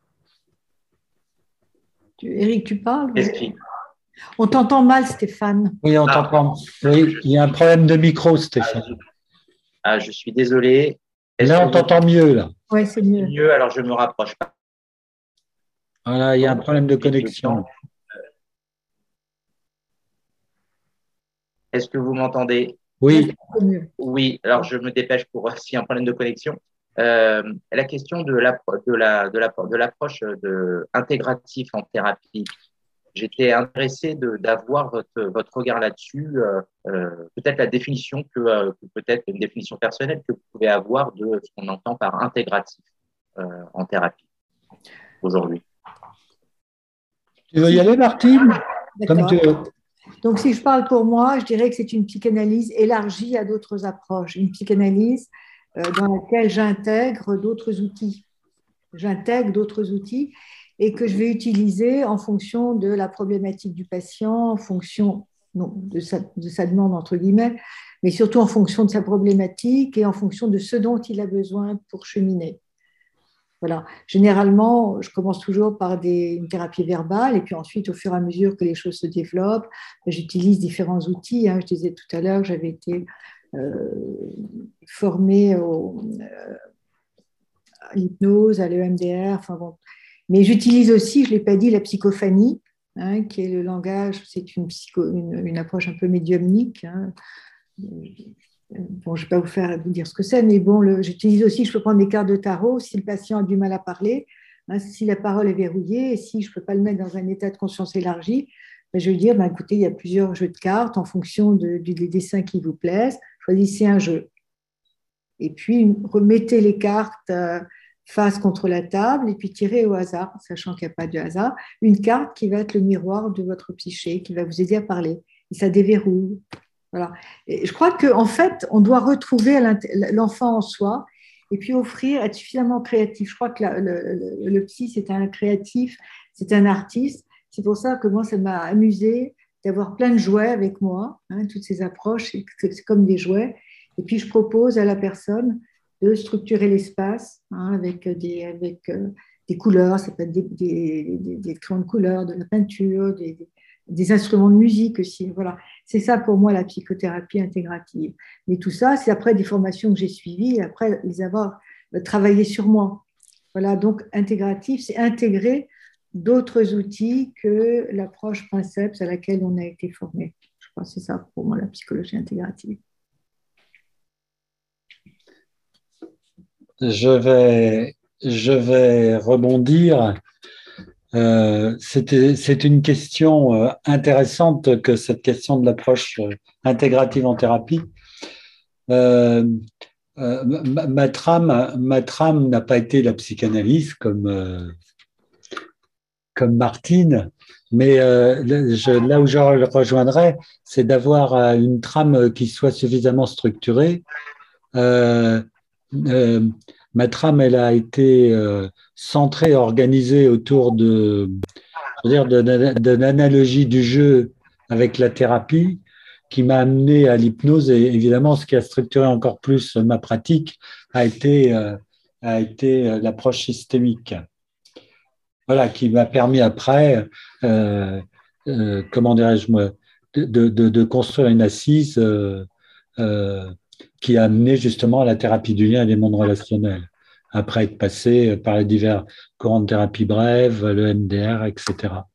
Éric, tu parles? Oui. On t'entend mal, Stéphane. Oui, on ah, t'entend. Oui, il y a un problème de micro, Stéphane. Ah, je, ah, je suis désolé. Là, on t'entend vous... mieux. Là. Oui, c'est mieux. mieux. Alors, je me rapproche pas. Voilà, il y a un problème de connexion. Est-ce que vous m'entendez? Oui. Oui, alors je me dépêche pour s'il y a un problème de connexion. Euh, la question de l'approche de la, de la, de l'approche de intégratif en thérapie, j'étais intéressé d'avoir votre, votre regard là-dessus, euh, euh, peut-être la définition que, euh, que peut-être une définition personnelle que vous pouvez avoir de ce qu'on entend par intégratif euh, en thérapie aujourd'hui. Tu veux y aller, Martine? D'accord. Tu... Donc, si je parle pour moi, je dirais que c'est une psychanalyse élargie à d'autres approches, une psychanalyse euh, dans laquelle j'intègre d'autres outils. J'intègre d'autres outils et que je vais utiliser en fonction de la problématique du patient, en fonction non, de, sa, de sa demande, entre guillemets, mais surtout en fonction de sa problématique et en fonction de ce dont il a besoin pour cheminer. Voilà. Généralement, je commence toujours par des, une thérapie verbale et puis ensuite, au fur et à mesure que les choses se développent, j'utilise différents outils. Hein. Je disais tout à l'heure que j'avais été euh, formée au, euh, à l'hypnose, à l'E M D R, enfin bon. Mais j'utilise aussi, je ne l'ai pas dit, la psychophanie, hein, qui est le langage, c'est une, psycho, une, une approche un peu médiumnique. Hein. Bon, je ne vais pas vous faire vous dire ce que c'est, mais bon, le, j'utilise aussi, je peux prendre des cartes de tarot si le patient a du mal à parler, hein, si la parole est verrouillée, et si je ne peux pas le mettre dans un état de conscience élargi, ben, je vais dire, ben, écoutez, il y a plusieurs jeux de cartes en fonction de, du, des dessins qui vous plaisent, choisissez un jeu. Et puis, remettez les cartes euh, face contre la table et puis tirez au hasard, sachant qu'il n'y a pas de hasard, une carte qui va être le miroir de votre psyché, qui va vous aider à parler. Et ça déverrouille. Voilà. Et je crois qu'en fait, on doit retrouver l'enfant en soi et puis offrir, être suffisamment créatif. Je crois que la, le, le, le psy, c'est un créatif, c'est un artiste. C'est pour ça que moi, ça m'a amusé d'avoir plein de jouets avec moi. Hein, toutes ces approches, c'est comme des jouets. Et puis, je propose à la personne de structurer l'espace hein, avec, des, avec euh, des couleurs, ça peut être des, des, des, des crayons de couleur, de la peinture, des, des, des instruments de musique aussi. Voilà. C'est ça pour moi la psychothérapie intégrative. Mais tout ça, c'est après des formations que j'ai suivies et après les avoir travaillé sur moi. Voilà, donc intégratif, c'est intégrer d'autres outils que l'approche Princeps à laquelle on a été formé. Je crois que c'est ça pour moi la psychologie intégrative. Je vais, je vais rebondir. Euh, c'était- c'est une question euh, intéressante que cette question de l'approche euh, intégrative en thérapie. Euh, euh, ma, ma trame, ma trame n'a pas été la psychanalyse comme, euh, comme Martine, mais euh, je, là où je le rejoindrais, c'est d'avoir euh, une trame qui soit suffisamment structurée. Euh, euh, Ma trame, elle a été euh, centrée, organisée autour de, je veux dire, de, de, de l'analogie du jeu avec la thérapie qui m'a amené à l'hypnose. Et évidemment, ce qui a structuré encore plus ma pratique a été, euh, a été euh, l'approche systémique. Voilà, qui m'a permis après, euh, euh, comment dirais-je moi, de, de, de construire une assise euh, euh, qui a amené justement à la thérapie du lien et des mondes relationnels, après être passé par les divers courants de thérapie brève, le M D R, et cetera.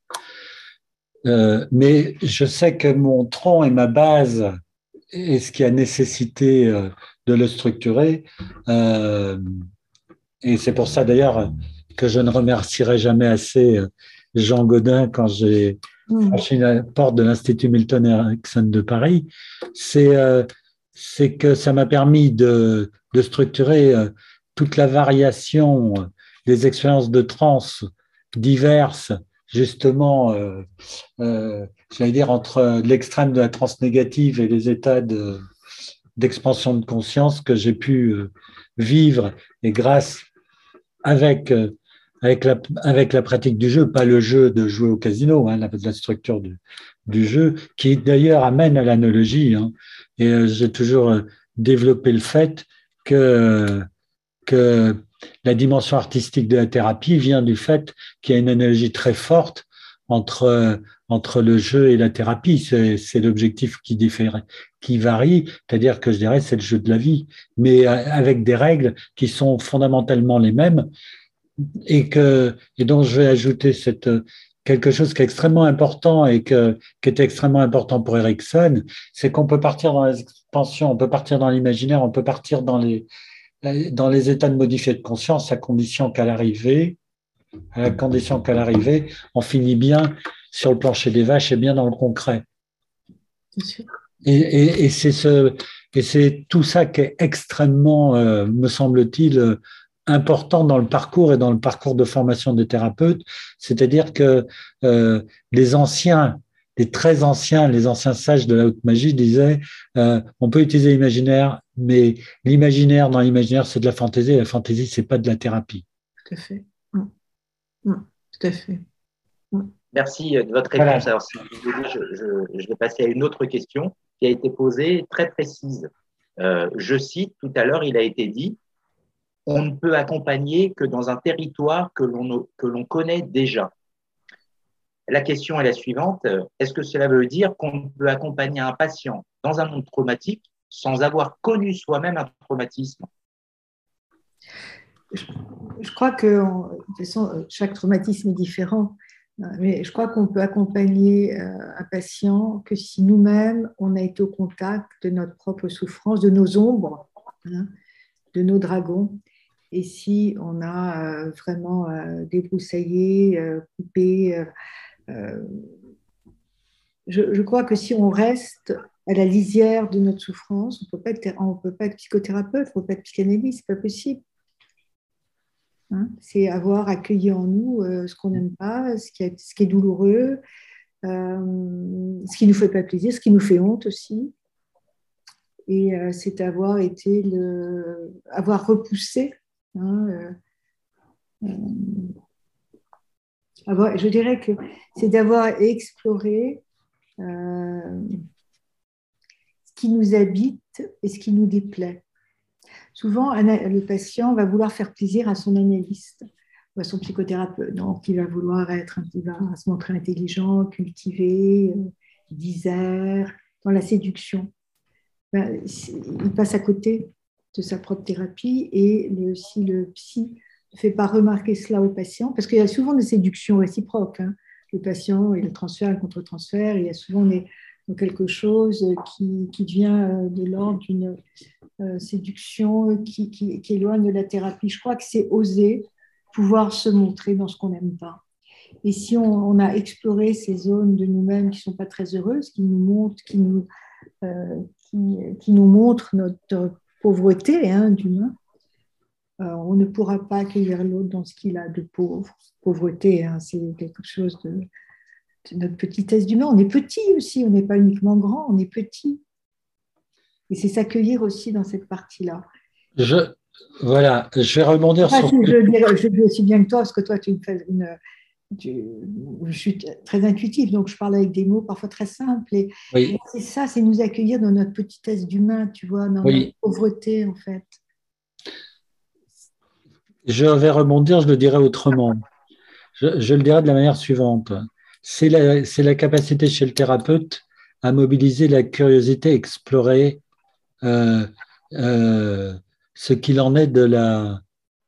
Euh, mais je sais que mon tronc et ma base est ce qui a nécessité euh, de le structurer. Euh, et c'est pour ça d'ailleurs que je ne remercierai jamais assez euh, Jean Godin quand j'ai franchi la porte de l'Institut Milton Erickson de Paris. C'est euh, c'est que ça m'a permis de, de structurer euh, toute la variation euh, des expériences de transe diverses, justement, euh, euh, j'allais dire, entre l'extrême de la transe négative et les états de, d'expansion de conscience que j'ai pu euh, vivre, et grâce avec, euh, avec, la, avec la pratique du jeu, pas le jeu de jouer au casino, hein, la, la structure du, du jeu, qui d'ailleurs amène à l'analogie. Hein. Et euh, j'ai toujours euh, développé le fait que, que la dimension artistique de la thérapie vient du fait qu'il y a une analogie très forte entre, entre le jeu et la thérapie. C'est, c'est l'objectif qui diffère, qui varie, c'est-à-dire que je dirais c'est le jeu de la vie, mais avec des règles qui sont fondamentalement les mêmes et, que, et donc je vais ajouter cette, quelque chose qui est extrêmement important et que, qui est extrêmement important pour Erickson, c'est qu'on peut partir dans l'expansion, on peut partir dans l'imaginaire, on peut partir dans les, dans les états de modifié de conscience à condition qu'à l'arrivée, à la condition qu'à l'arrivée, on finit bien sur le plancher des vaches et bien dans le concret. Et, et, et c'est ce, et c'est tout ça qui est extrêmement, euh, me semble-t-il, important dans le parcours et dans le parcours de formation des thérapeutes, c'est-à-dire que euh, les anciens, les très anciens, les anciens sages de la haute magie disaient euh, on peut utiliser l'imaginaire, mais l'imaginaire dans l'imaginaire c'est de la fantaisie, et la fantaisie c'est pas de la thérapie. Tout à fait. Mmh. Mmh. Tout à fait. Mmh. Merci de votre réponse. Voilà. Alors, si vous voulez, je, je, je vais passer à une autre question qui a été posée, très précise. Euh, je cite, tout à l'heure, il a été dit on ne peut accompagner que dans un territoire que l'on que l'on connaît déjà. La question est la suivante. Est-ce que cela veut dire qu'on peut accompagner un patient dans un monde traumatique sans avoir connu soi-même un traumatisme? je, je crois que, de toute façon, chaque traumatisme est différent. Mais je crois qu'on peut accompagner un patient que si nous-mêmes, on a été au contact de notre propre souffrance, de nos ombres, hein, de nos dragons. Et si on a euh, vraiment euh, débroussaillé, euh, coupé, euh, euh, je, je crois que si on reste à la lisière de notre souffrance, on ne peut pas être psychothérapeute, on ne peut pas être psychanalyste, ce n'est pas possible. Hein, c'est avoir accueilli en nous euh, ce qu'on n'aime pas, ce qui est, ce qui est douloureux, euh, ce qui ne nous fait pas plaisir, ce qui nous fait honte aussi. Et euh, c'est avoir été le, avoir repoussé. Hein, euh, euh, avoir, je dirais que c'est d'avoir exploré euh, ce qui nous habite et ce qui nous déplaît. Souvent, le patient va vouloir faire plaisir à son analyste ou à son psychothérapeute. Donc, il va vouloir être, il va se montrer intelligent, cultivé, euh, disert, dans la séduction. Ben, il passe à côté de sa propre thérapie et le, si le psy ne fais pas remarquer cela au patient, parce qu'il y a souvent des séductions réciproques. Hein. Le patient et le transfert, le contre-transfert, il y a souvent des, quelque chose qui, qui vient de l'ordre d'une euh, séduction qui, qui, qui éloigne de la thérapie. Je crois que c'est oser pouvoir se montrer dans ce qu'on n'aime pas. Et si on, on a exploré ces zones de nous-mêmes qui ne sont pas très heureuses, qui nous montrent, qui nous, euh, qui, qui nous montrent notre pauvreté hein, d'humain, euh, on ne pourra pas accueillir l'autre dans ce qu'il a de pauvre. Pauvreté, hein, c'est quelque chose de, de notre petitesse d'humain. On est petit aussi, on n'est pas uniquement grand, on est petit. Et c'est s'accueillir aussi dans cette partie-là. Je, voilà, je vais rebondir enfin, sur... Si je, dirais, je dis aussi bien que toi, parce que toi, tu me fais une... Tu, je suis très intuitive, donc je parle avec des mots parfois très simples. Et, oui. et c'est ça, c'est nous accueillir dans notre petitesse d'humain, tu vois, dans oui. notre pauvreté, en fait. Je vais rebondir, je le dirai autrement. Je, je le dirai de la manière suivante. C'est la, c'est la capacité chez le thérapeute à mobiliser la curiosité, explorer euh, euh, ce qu'il en est de la...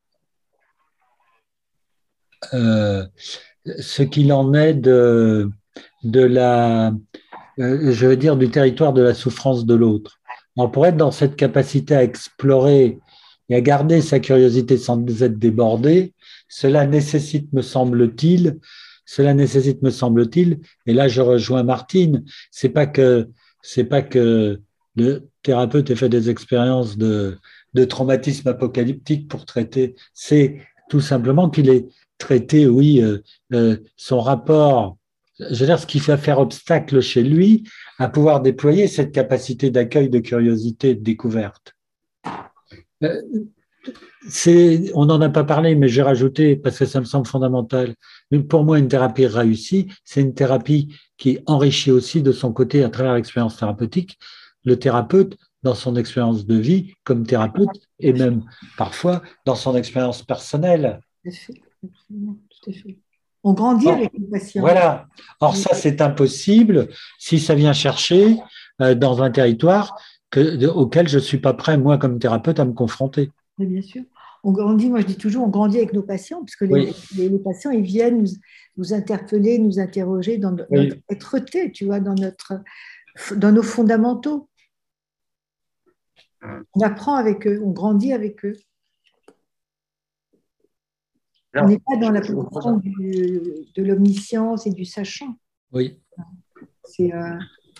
Euh, ce qu'il en est de, de la, euh, je veux dire, du territoire de la souffrance de l'autre. On pourrait être dans cette capacité à explorer et à garder sa curiosité sans être débordé. Cela nécessite, me semble-t-il, cela nécessite, me semble-t-il, et là je rejoins Martine, c'est pas que, c'est pas que le thérapeute ait fait des expériences de, de traumatisme apocalyptique pour traiter, c'est tout simplement qu'il est traité, oui, euh, euh, son rapport, je veux dire, ce qui fait faire obstacle chez lui à pouvoir déployer cette capacité d'accueil, de curiosité, de découverte. Euh, c'est, on n'en a pas parlé, mais j'ai rajouté, parce que ça me semble fondamental, pour moi, une thérapie réussie, c'est une thérapie qui enrichit aussi de son côté, à travers l'expérience thérapeutique, le thérapeute dans son expérience de vie comme thérapeute, et même parfois dans son expérience personnelle. Tout à fait. Absolument, tout à fait. On grandit Or, avec les patients. Voilà. Or, ça, c'est impossible si ça vient chercher euh, dans un territoire que, de, auquel je ne suis pas prêt, moi, comme thérapeute, à me confronter. Mais bien sûr. On grandit, moi je dis toujours, on grandit avec nos patients, parce que les, oui. les, les patients, ils viennent nous, nous interpeller, nous interroger dans notre oui. être-té, tu vois, dans, notre, dans nos fondamentaux. On apprend avec eux, on grandit avec eux. On n'est pas dans la position du, de l'omniscience et du sachant. Oui. C'est, euh...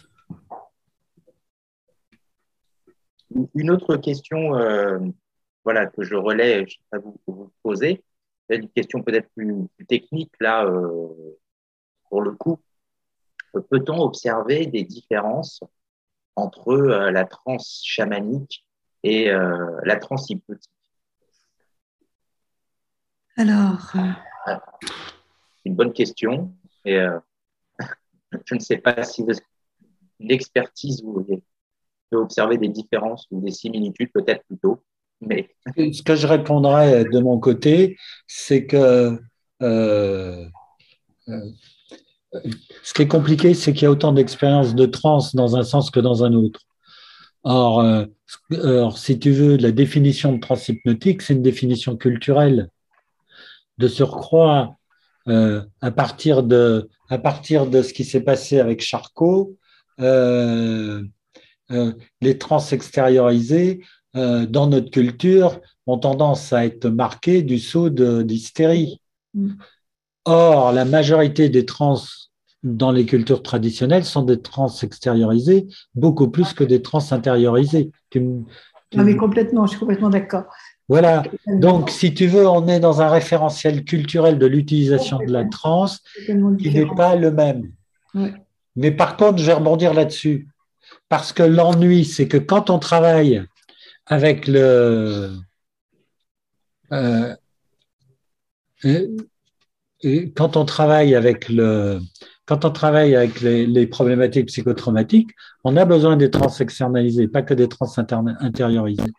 Une autre question euh, voilà, que je relais, je sais pas vous, vous poser, c'est une question peut-être plus, plus technique, là, euh, pour le coup. Peut-on observer des différences entre euh, la transe chamanique et euh, la transe hypnotique? Alors, euh... une bonne question. Et euh, je ne sais pas si vous, l'expertise, vous pouvez observer des différences ou des similitudes, peut-être plutôt. Mais... Ce que je répondrais de mon côté, c'est que euh, euh, ce qui est compliqué, c'est qu'il y a autant d'expériences de transe dans un sens que dans un autre. Or, euh, or, si tu veux, la définition de transe hypnotique, c'est une définition culturelle. De surcroît, euh, à, partir de, à partir de ce qui s'est passé avec Charcot, euh, euh, les trans extériorisées euh, dans notre culture ont tendance à être marquées du sceau d'hystérie. Mm. Or, la majorité des trans dans les cultures traditionnelles sont des trans extériorisées beaucoup plus que des trans intériorisées. Tu, tu... Non, mais complètement, je suis complètement d'accord. Voilà. Donc, si tu veux, on est dans un référentiel culturel de l'utilisation de la transe qui n'est pas le même. Ouais. Mais par contre, je vais rebondir là-dessus. Parce que l'ennui, c'est que quand on travaille avec le... Euh, quand on travaille avec le... Quand on travaille avec les, les problématiques psychotraumatiques, on a besoin des trans externalisées, pas que des trans intériorisées.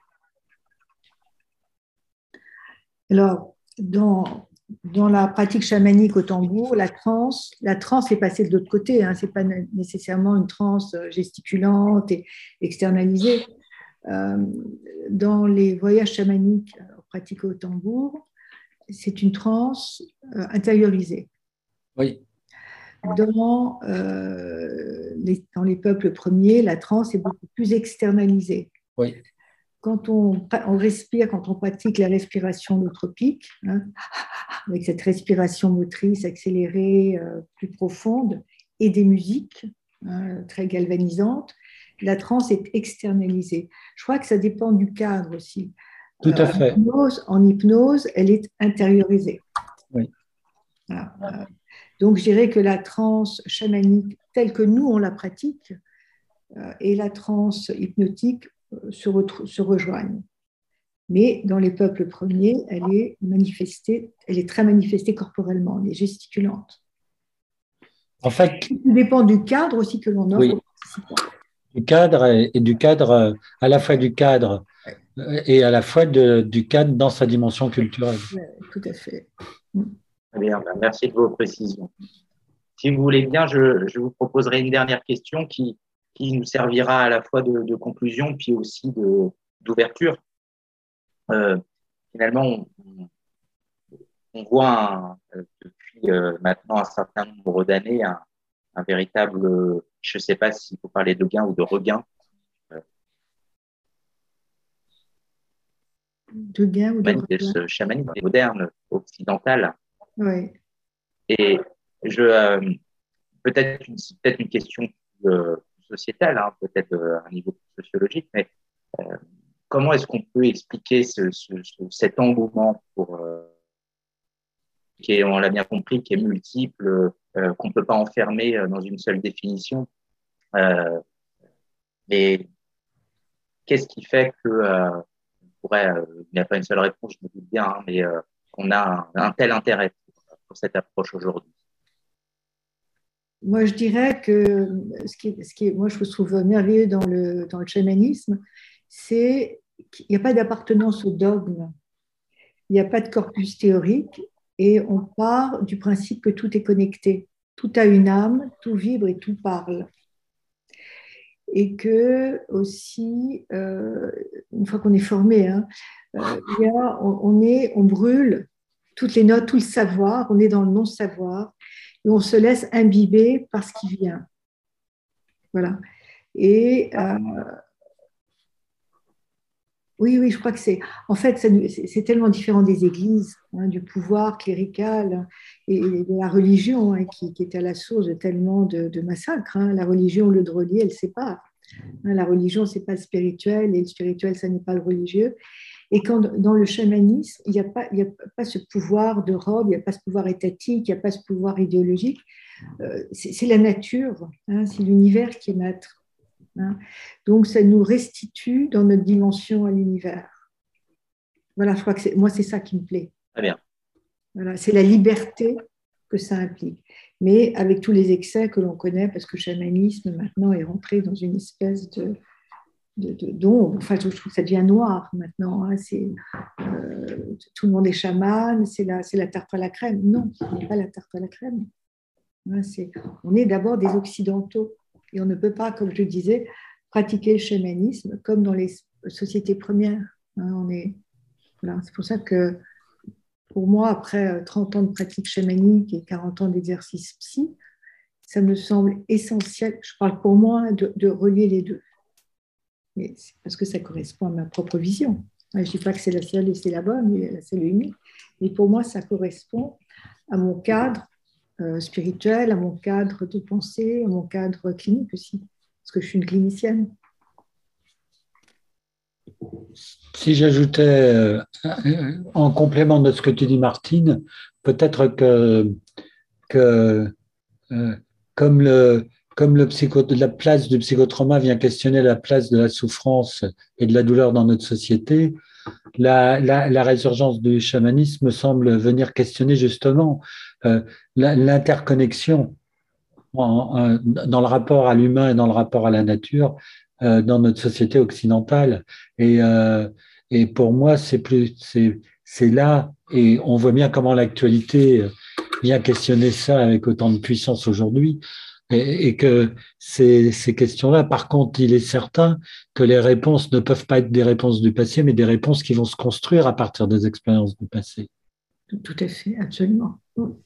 Alors, dans, dans la pratique chamanique au tambour, la transe, la transe est passée de l'autre côté. Hein, ce n'est pas nécessairement une transe gesticulante et externalisée. Euh, dans les voyages chamaniques pratiqués au tambour, c'est une transe euh, intériorisée. Oui. Dans, euh, les, dans les peuples premiers, la transe est beaucoup plus externalisée. Oui. Quand on, on respire, quand on pratique la respiration holotropique, hein, avec cette respiration motrice accélérée, euh, plus profonde, et des musiques hein, très galvanisantes, la transe est externalisée. Je crois que ça dépend du cadre aussi. Tout à Euh, fait. en, hypnose, en hypnose, elle est intériorisée. Oui. Voilà. Euh, donc, je dirais que la transe chamanique, telle que nous, on la pratique, euh, et la transe hypnotique euh, se, se rejoignent. Mais dans les peuples premiers, elle est manifestée, elle est très manifestée corporellement, elle est gesticulante. En fait, tout dépend du cadre aussi que l'on offre oui, aux participants. Du cadre et, et du cadre, à la fois du cadre et à la fois de, du cadre dans sa dimension culturelle. Ouais, tout à fait. Très bien, merci de vos précisions. Si vous voulez bien, je, je vous proposerai une dernière question qui, qui nous servira à la fois de, de conclusion puis aussi de, d'ouverture. Euh, finalement, on, on voit un, depuis euh, maintenant un certain nombre d'années un, un véritable, je ne sais pas s'il faut parler de gain ou de regain. De gain ou de de ce chamanisme moderne, occidental. Oui. Et je, euh, peut-être une, peut-être une question plus, euh, sociétale, hein, peut-être euh, à un niveau sociologique, mais euh, comment est-ce qu'on peut expliquer ce, ce, ce, cet engouement pour, euh, qui est, on l'a bien compris, qui est multiple, euh, qu'on ne peut pas enfermer dans une seule définition. Euh, mais qu'est-ce qui fait que, euh, on pourrait, euh, il n'y a pas une seule réponse, je me doute bien, hein, mais euh, qu'on a un, un tel intérêt pour, pour cette approche aujourd'hui? Moi, je dirais que ce qui, est, ce qui est, moi, je trouve merveilleux dans le, dans le chamanisme, c'est qu'il n'y a pas d'appartenance au dogme, il n'y a pas de corpus théorique, et on part du principe que tout est connecté. Tout a une âme, tout vibre et tout parle. Et que aussi, euh, une fois qu'on est formé, hein, euh, il y a, on, on, est, on brûle toutes les notes, tout le savoir, on est dans le non-savoir, et on se laisse imbiber par ce qui vient. Voilà. Et euh, oui, oui, je crois que c'est. En fait, c'est tellement différent des églises, hein, du pouvoir clérical et, et de la religion, hein, qui, qui est à la source de tellement de, de massacres. Hein. La religion, au lieu de relier, elle sépare. Hein, la religion, c'est pas le spirituel, et le spirituel, ça n'est pas le religieux. Et quand dans le chamanisme, il n'y a pas, il y a pas ce pouvoir de robe, il n'y a pas ce pouvoir étatique, il n'y a pas ce pouvoir idéologique. Euh, c'est la nature, hein, c'est l'univers qui est maître. Hein. Donc, ça nous restitue dans notre dimension à l'univers. Voilà, je crois que moi, c'est ça qui me plaît. Très bien. Voilà, c'est la liberté que ça implique. Mais avec tous les excès que l'on connaît, parce que le chamanisme, maintenant, est rentré dans une espèce de... De, de, d'ombre. Enfin, je trouve que ça devient noir maintenant. Hein. C'est, euh, tout le monde est chaman, c'est la, c'est la tarte à la crème. Non, ce n'est pas la tarte à la crème. Hein, c'est, on est d'abord des occidentaux et on ne peut pas, comme je disais, pratiquer le chamanisme comme dans les sociétés premières. Hein, on est, voilà. C'est pour ça que, pour moi, après trente ans de pratique chamanique et quarante ans d'exercice psy, ça me semble essentiel, je parle pour moi, de, de relier les deux. Mais c'est parce que ça correspond à ma propre vision. Je ne dis pas que c'est la seule et c'est la bonne, c'est l'unique. Mais pour moi, ça correspond à mon cadre euh, spirituel, à mon cadre de pensée, à mon cadre clinique aussi, parce que je suis une clinicienne. Si j'ajoutais, euh, en complément de ce que tu dis, Martine, peut-être que, que euh, comme le... Comme le psycho, la place du psychotrauma vient questionner la place de la souffrance et de la douleur dans notre société, la, la, la résurgence du chamanisme semble venir questionner justement euh, l'interconnexion en, en, dans le rapport à l'humain et dans le rapport à la nature euh, dans notre société occidentale. Et, euh, et pour moi, c'est plus, c'est, c'est là, et on voit bien comment l'actualité vient questionner ça avec autant de puissance aujourd'hui. Et, et que ces, ces questions-là, par contre, il est certain que les réponses ne peuvent pas être des réponses du passé, mais des réponses qui vont se construire à partir des expériences du passé. tout, tout à fait, absolument.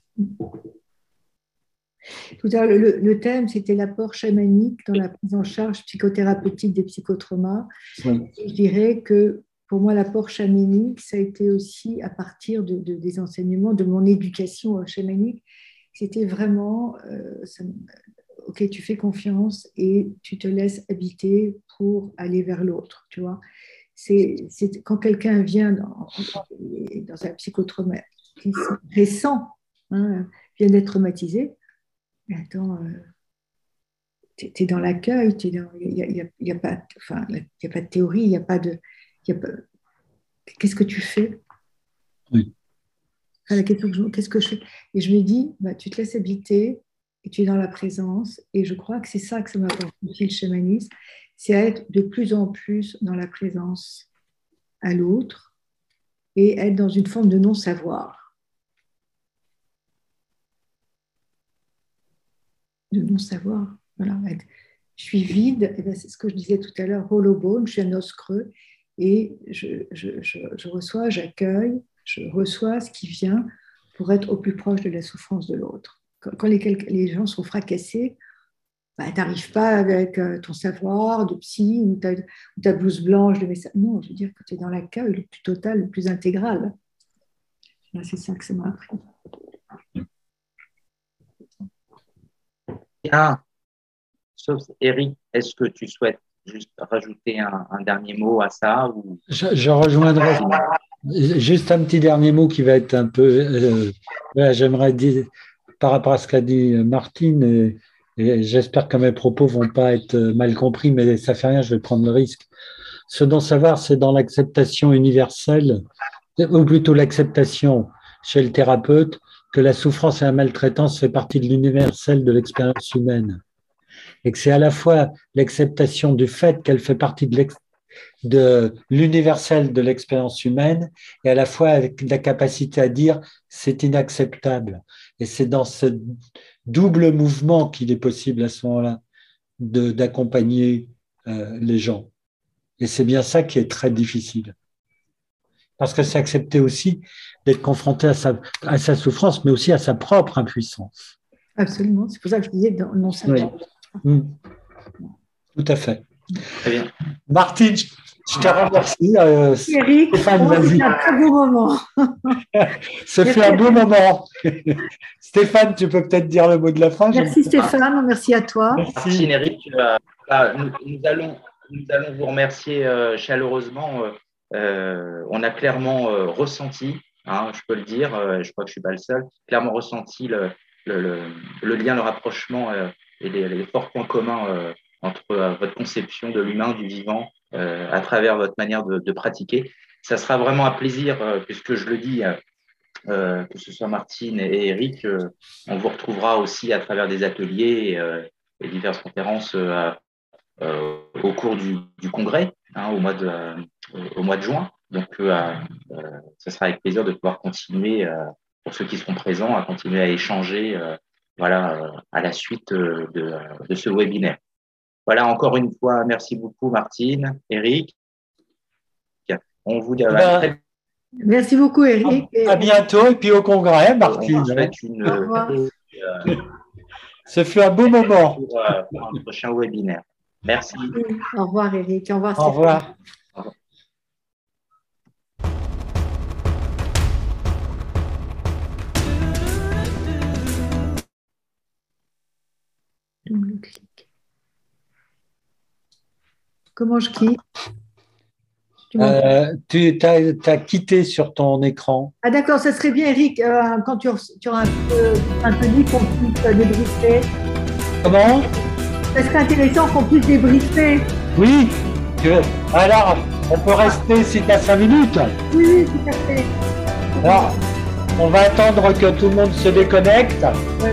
Tout à l'heure, le, le thème, c'était l'apport chamanique dans la prise en charge psychothérapeutique des psychotraumas. Oui. Je dirais que pour moi, l'apport chamanique, ça a été aussi à partir de, de, des enseignements de mon éducation chamanique. C'était vraiment, euh, ça, ok, tu fais confiance et tu te laisses habiter pour aller vers l'autre, tu vois. C'est, c'est quand quelqu'un vient dans, dans un psychotrauma récent, hein, vient d'être traumatisé, mais attends, euh, tu es dans l'accueil, il n'y a, y a, y a, pas, enfin, y a pas de théorie, il n'y a pas de... Y a pas, qu'est-ce que tu fais? Oui. Enfin, la question que je, qu'est-ce que je fais? Et je me dis, bah, tu te laisses habiter et tu es dans la présence. Et je crois que c'est ça que ça m'a apporté le chamanisme, c'est être de plus en plus dans la présence à l'autre et être dans une forme de non-savoir. De non-savoir. Voilà. Je suis vide, et bien c'est ce que je disais tout à l'heure, hollow bone, je suis un os creux, et je, je, je, je reçois, j'accueille, je reçois ce qui vient pour être au plus proche de la souffrance de l'autre. Quand, quand les, les gens sont fracassés, bah, tu n'arrives pas avec ton savoir de psy ou ta, ou ta blouse blanche de message. Non, je veux dire que tu es dans l'accueil le plus total, le plus intégral. Là, c'est ça que ça m'a appris. Bien. Sauf Eric, est-ce que tu souhaites juste rajouter un, un dernier mot à ça ou... je, je rejoindrai juste un petit dernier mot qui va être un peu... Euh, voilà, j'aimerais dire, par rapport à ce qu'a dit Martine, et, et j'espère que mes propos ne vont pas être mal compris, mais ça ne fait rien, je vais prendre le risque. Ce dont savoir, c'est dans l'acceptation universelle, ou plutôt l'acceptation chez le thérapeute, que la souffrance et la maltraitance fait partie de l'universel de l'expérience humaine. Et que c'est à la fois l'acceptation du fait qu'elle fait partie de, de l'universel de l'expérience humaine et à la fois avec la capacité à dire c'est inacceptable. Et c'est dans ce double mouvement qu'il est possible à ce moment-là de, d'accompagner euh, les gens. Et c'est bien ça qui est très difficile. Parce que c'est accepter aussi d'être confronté à sa, à sa souffrance, mais aussi à sa propre impuissance. Absolument, c'est pour ça que je disais dans non savoir. Oui. Mmh. Tout à fait. Très bien. Martine, je, je te remercie. Euh, Eric, Stéphane, vas-y. C'est un très beau moment. Ça fait un beau moment. Stéphane, tu peux peut-être dire le mot de la fin. Merci Stéphane, merci à toi. Merci Eric. Euh, bah, nous, nous, allons, nous allons vous remercier euh, chaleureusement. Euh, euh, on a clairement euh, ressenti, hein, je peux le dire, euh, je crois que je ne suis pas le seul, clairement ressenti le, le, le, le lien, le rapprochement euh, et les, les forts points communs euh, entre euh, votre conception de l'humain, du vivant, euh, à travers votre manière de, de pratiquer. Ça sera vraiment un plaisir, euh, puisque je le dis, euh, que ce soit Martine et Eric, euh, on vous retrouvera aussi à travers des ateliers euh, et diverses conférences euh, euh, au cours du, du congrès, hein, au, mois de, euh, au mois de juin. Donc, euh, euh, ce sera avec plaisir de pouvoir continuer, euh, pour ceux qui seront présents, à continuer à échanger euh, voilà, à la suite de, de ce webinaire. Voilà, encore une fois, merci beaucoup Martine, Eric. On vous dit à la très... Merci beaucoup Eric. À bientôt et puis au congrès, Martine. Une... Euh, Ce fut un beau moment. Pour, euh, pour un prochain webinaire. Merci. Au revoir Eric. Au revoir Stéphane. Au revoir. Au revoir. Double clic. Comment je quitte? Tu, euh, tu as, as quitté sur ton écran. Ah d'accord, ça serait bien Eric, euh, quand tu, tu auras un peu, un peu dit qu'on puisse débriefer. Comment? Ça serait intéressant qu'on puisse débriefer. Oui, alors on peut rester si tu as cinq minutes. Oui, oui, tout à fait. Alors, on va attendre que tout le monde se déconnecte. Oui.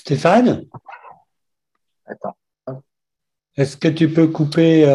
Stéphane, Attends. est-ce que tu peux couper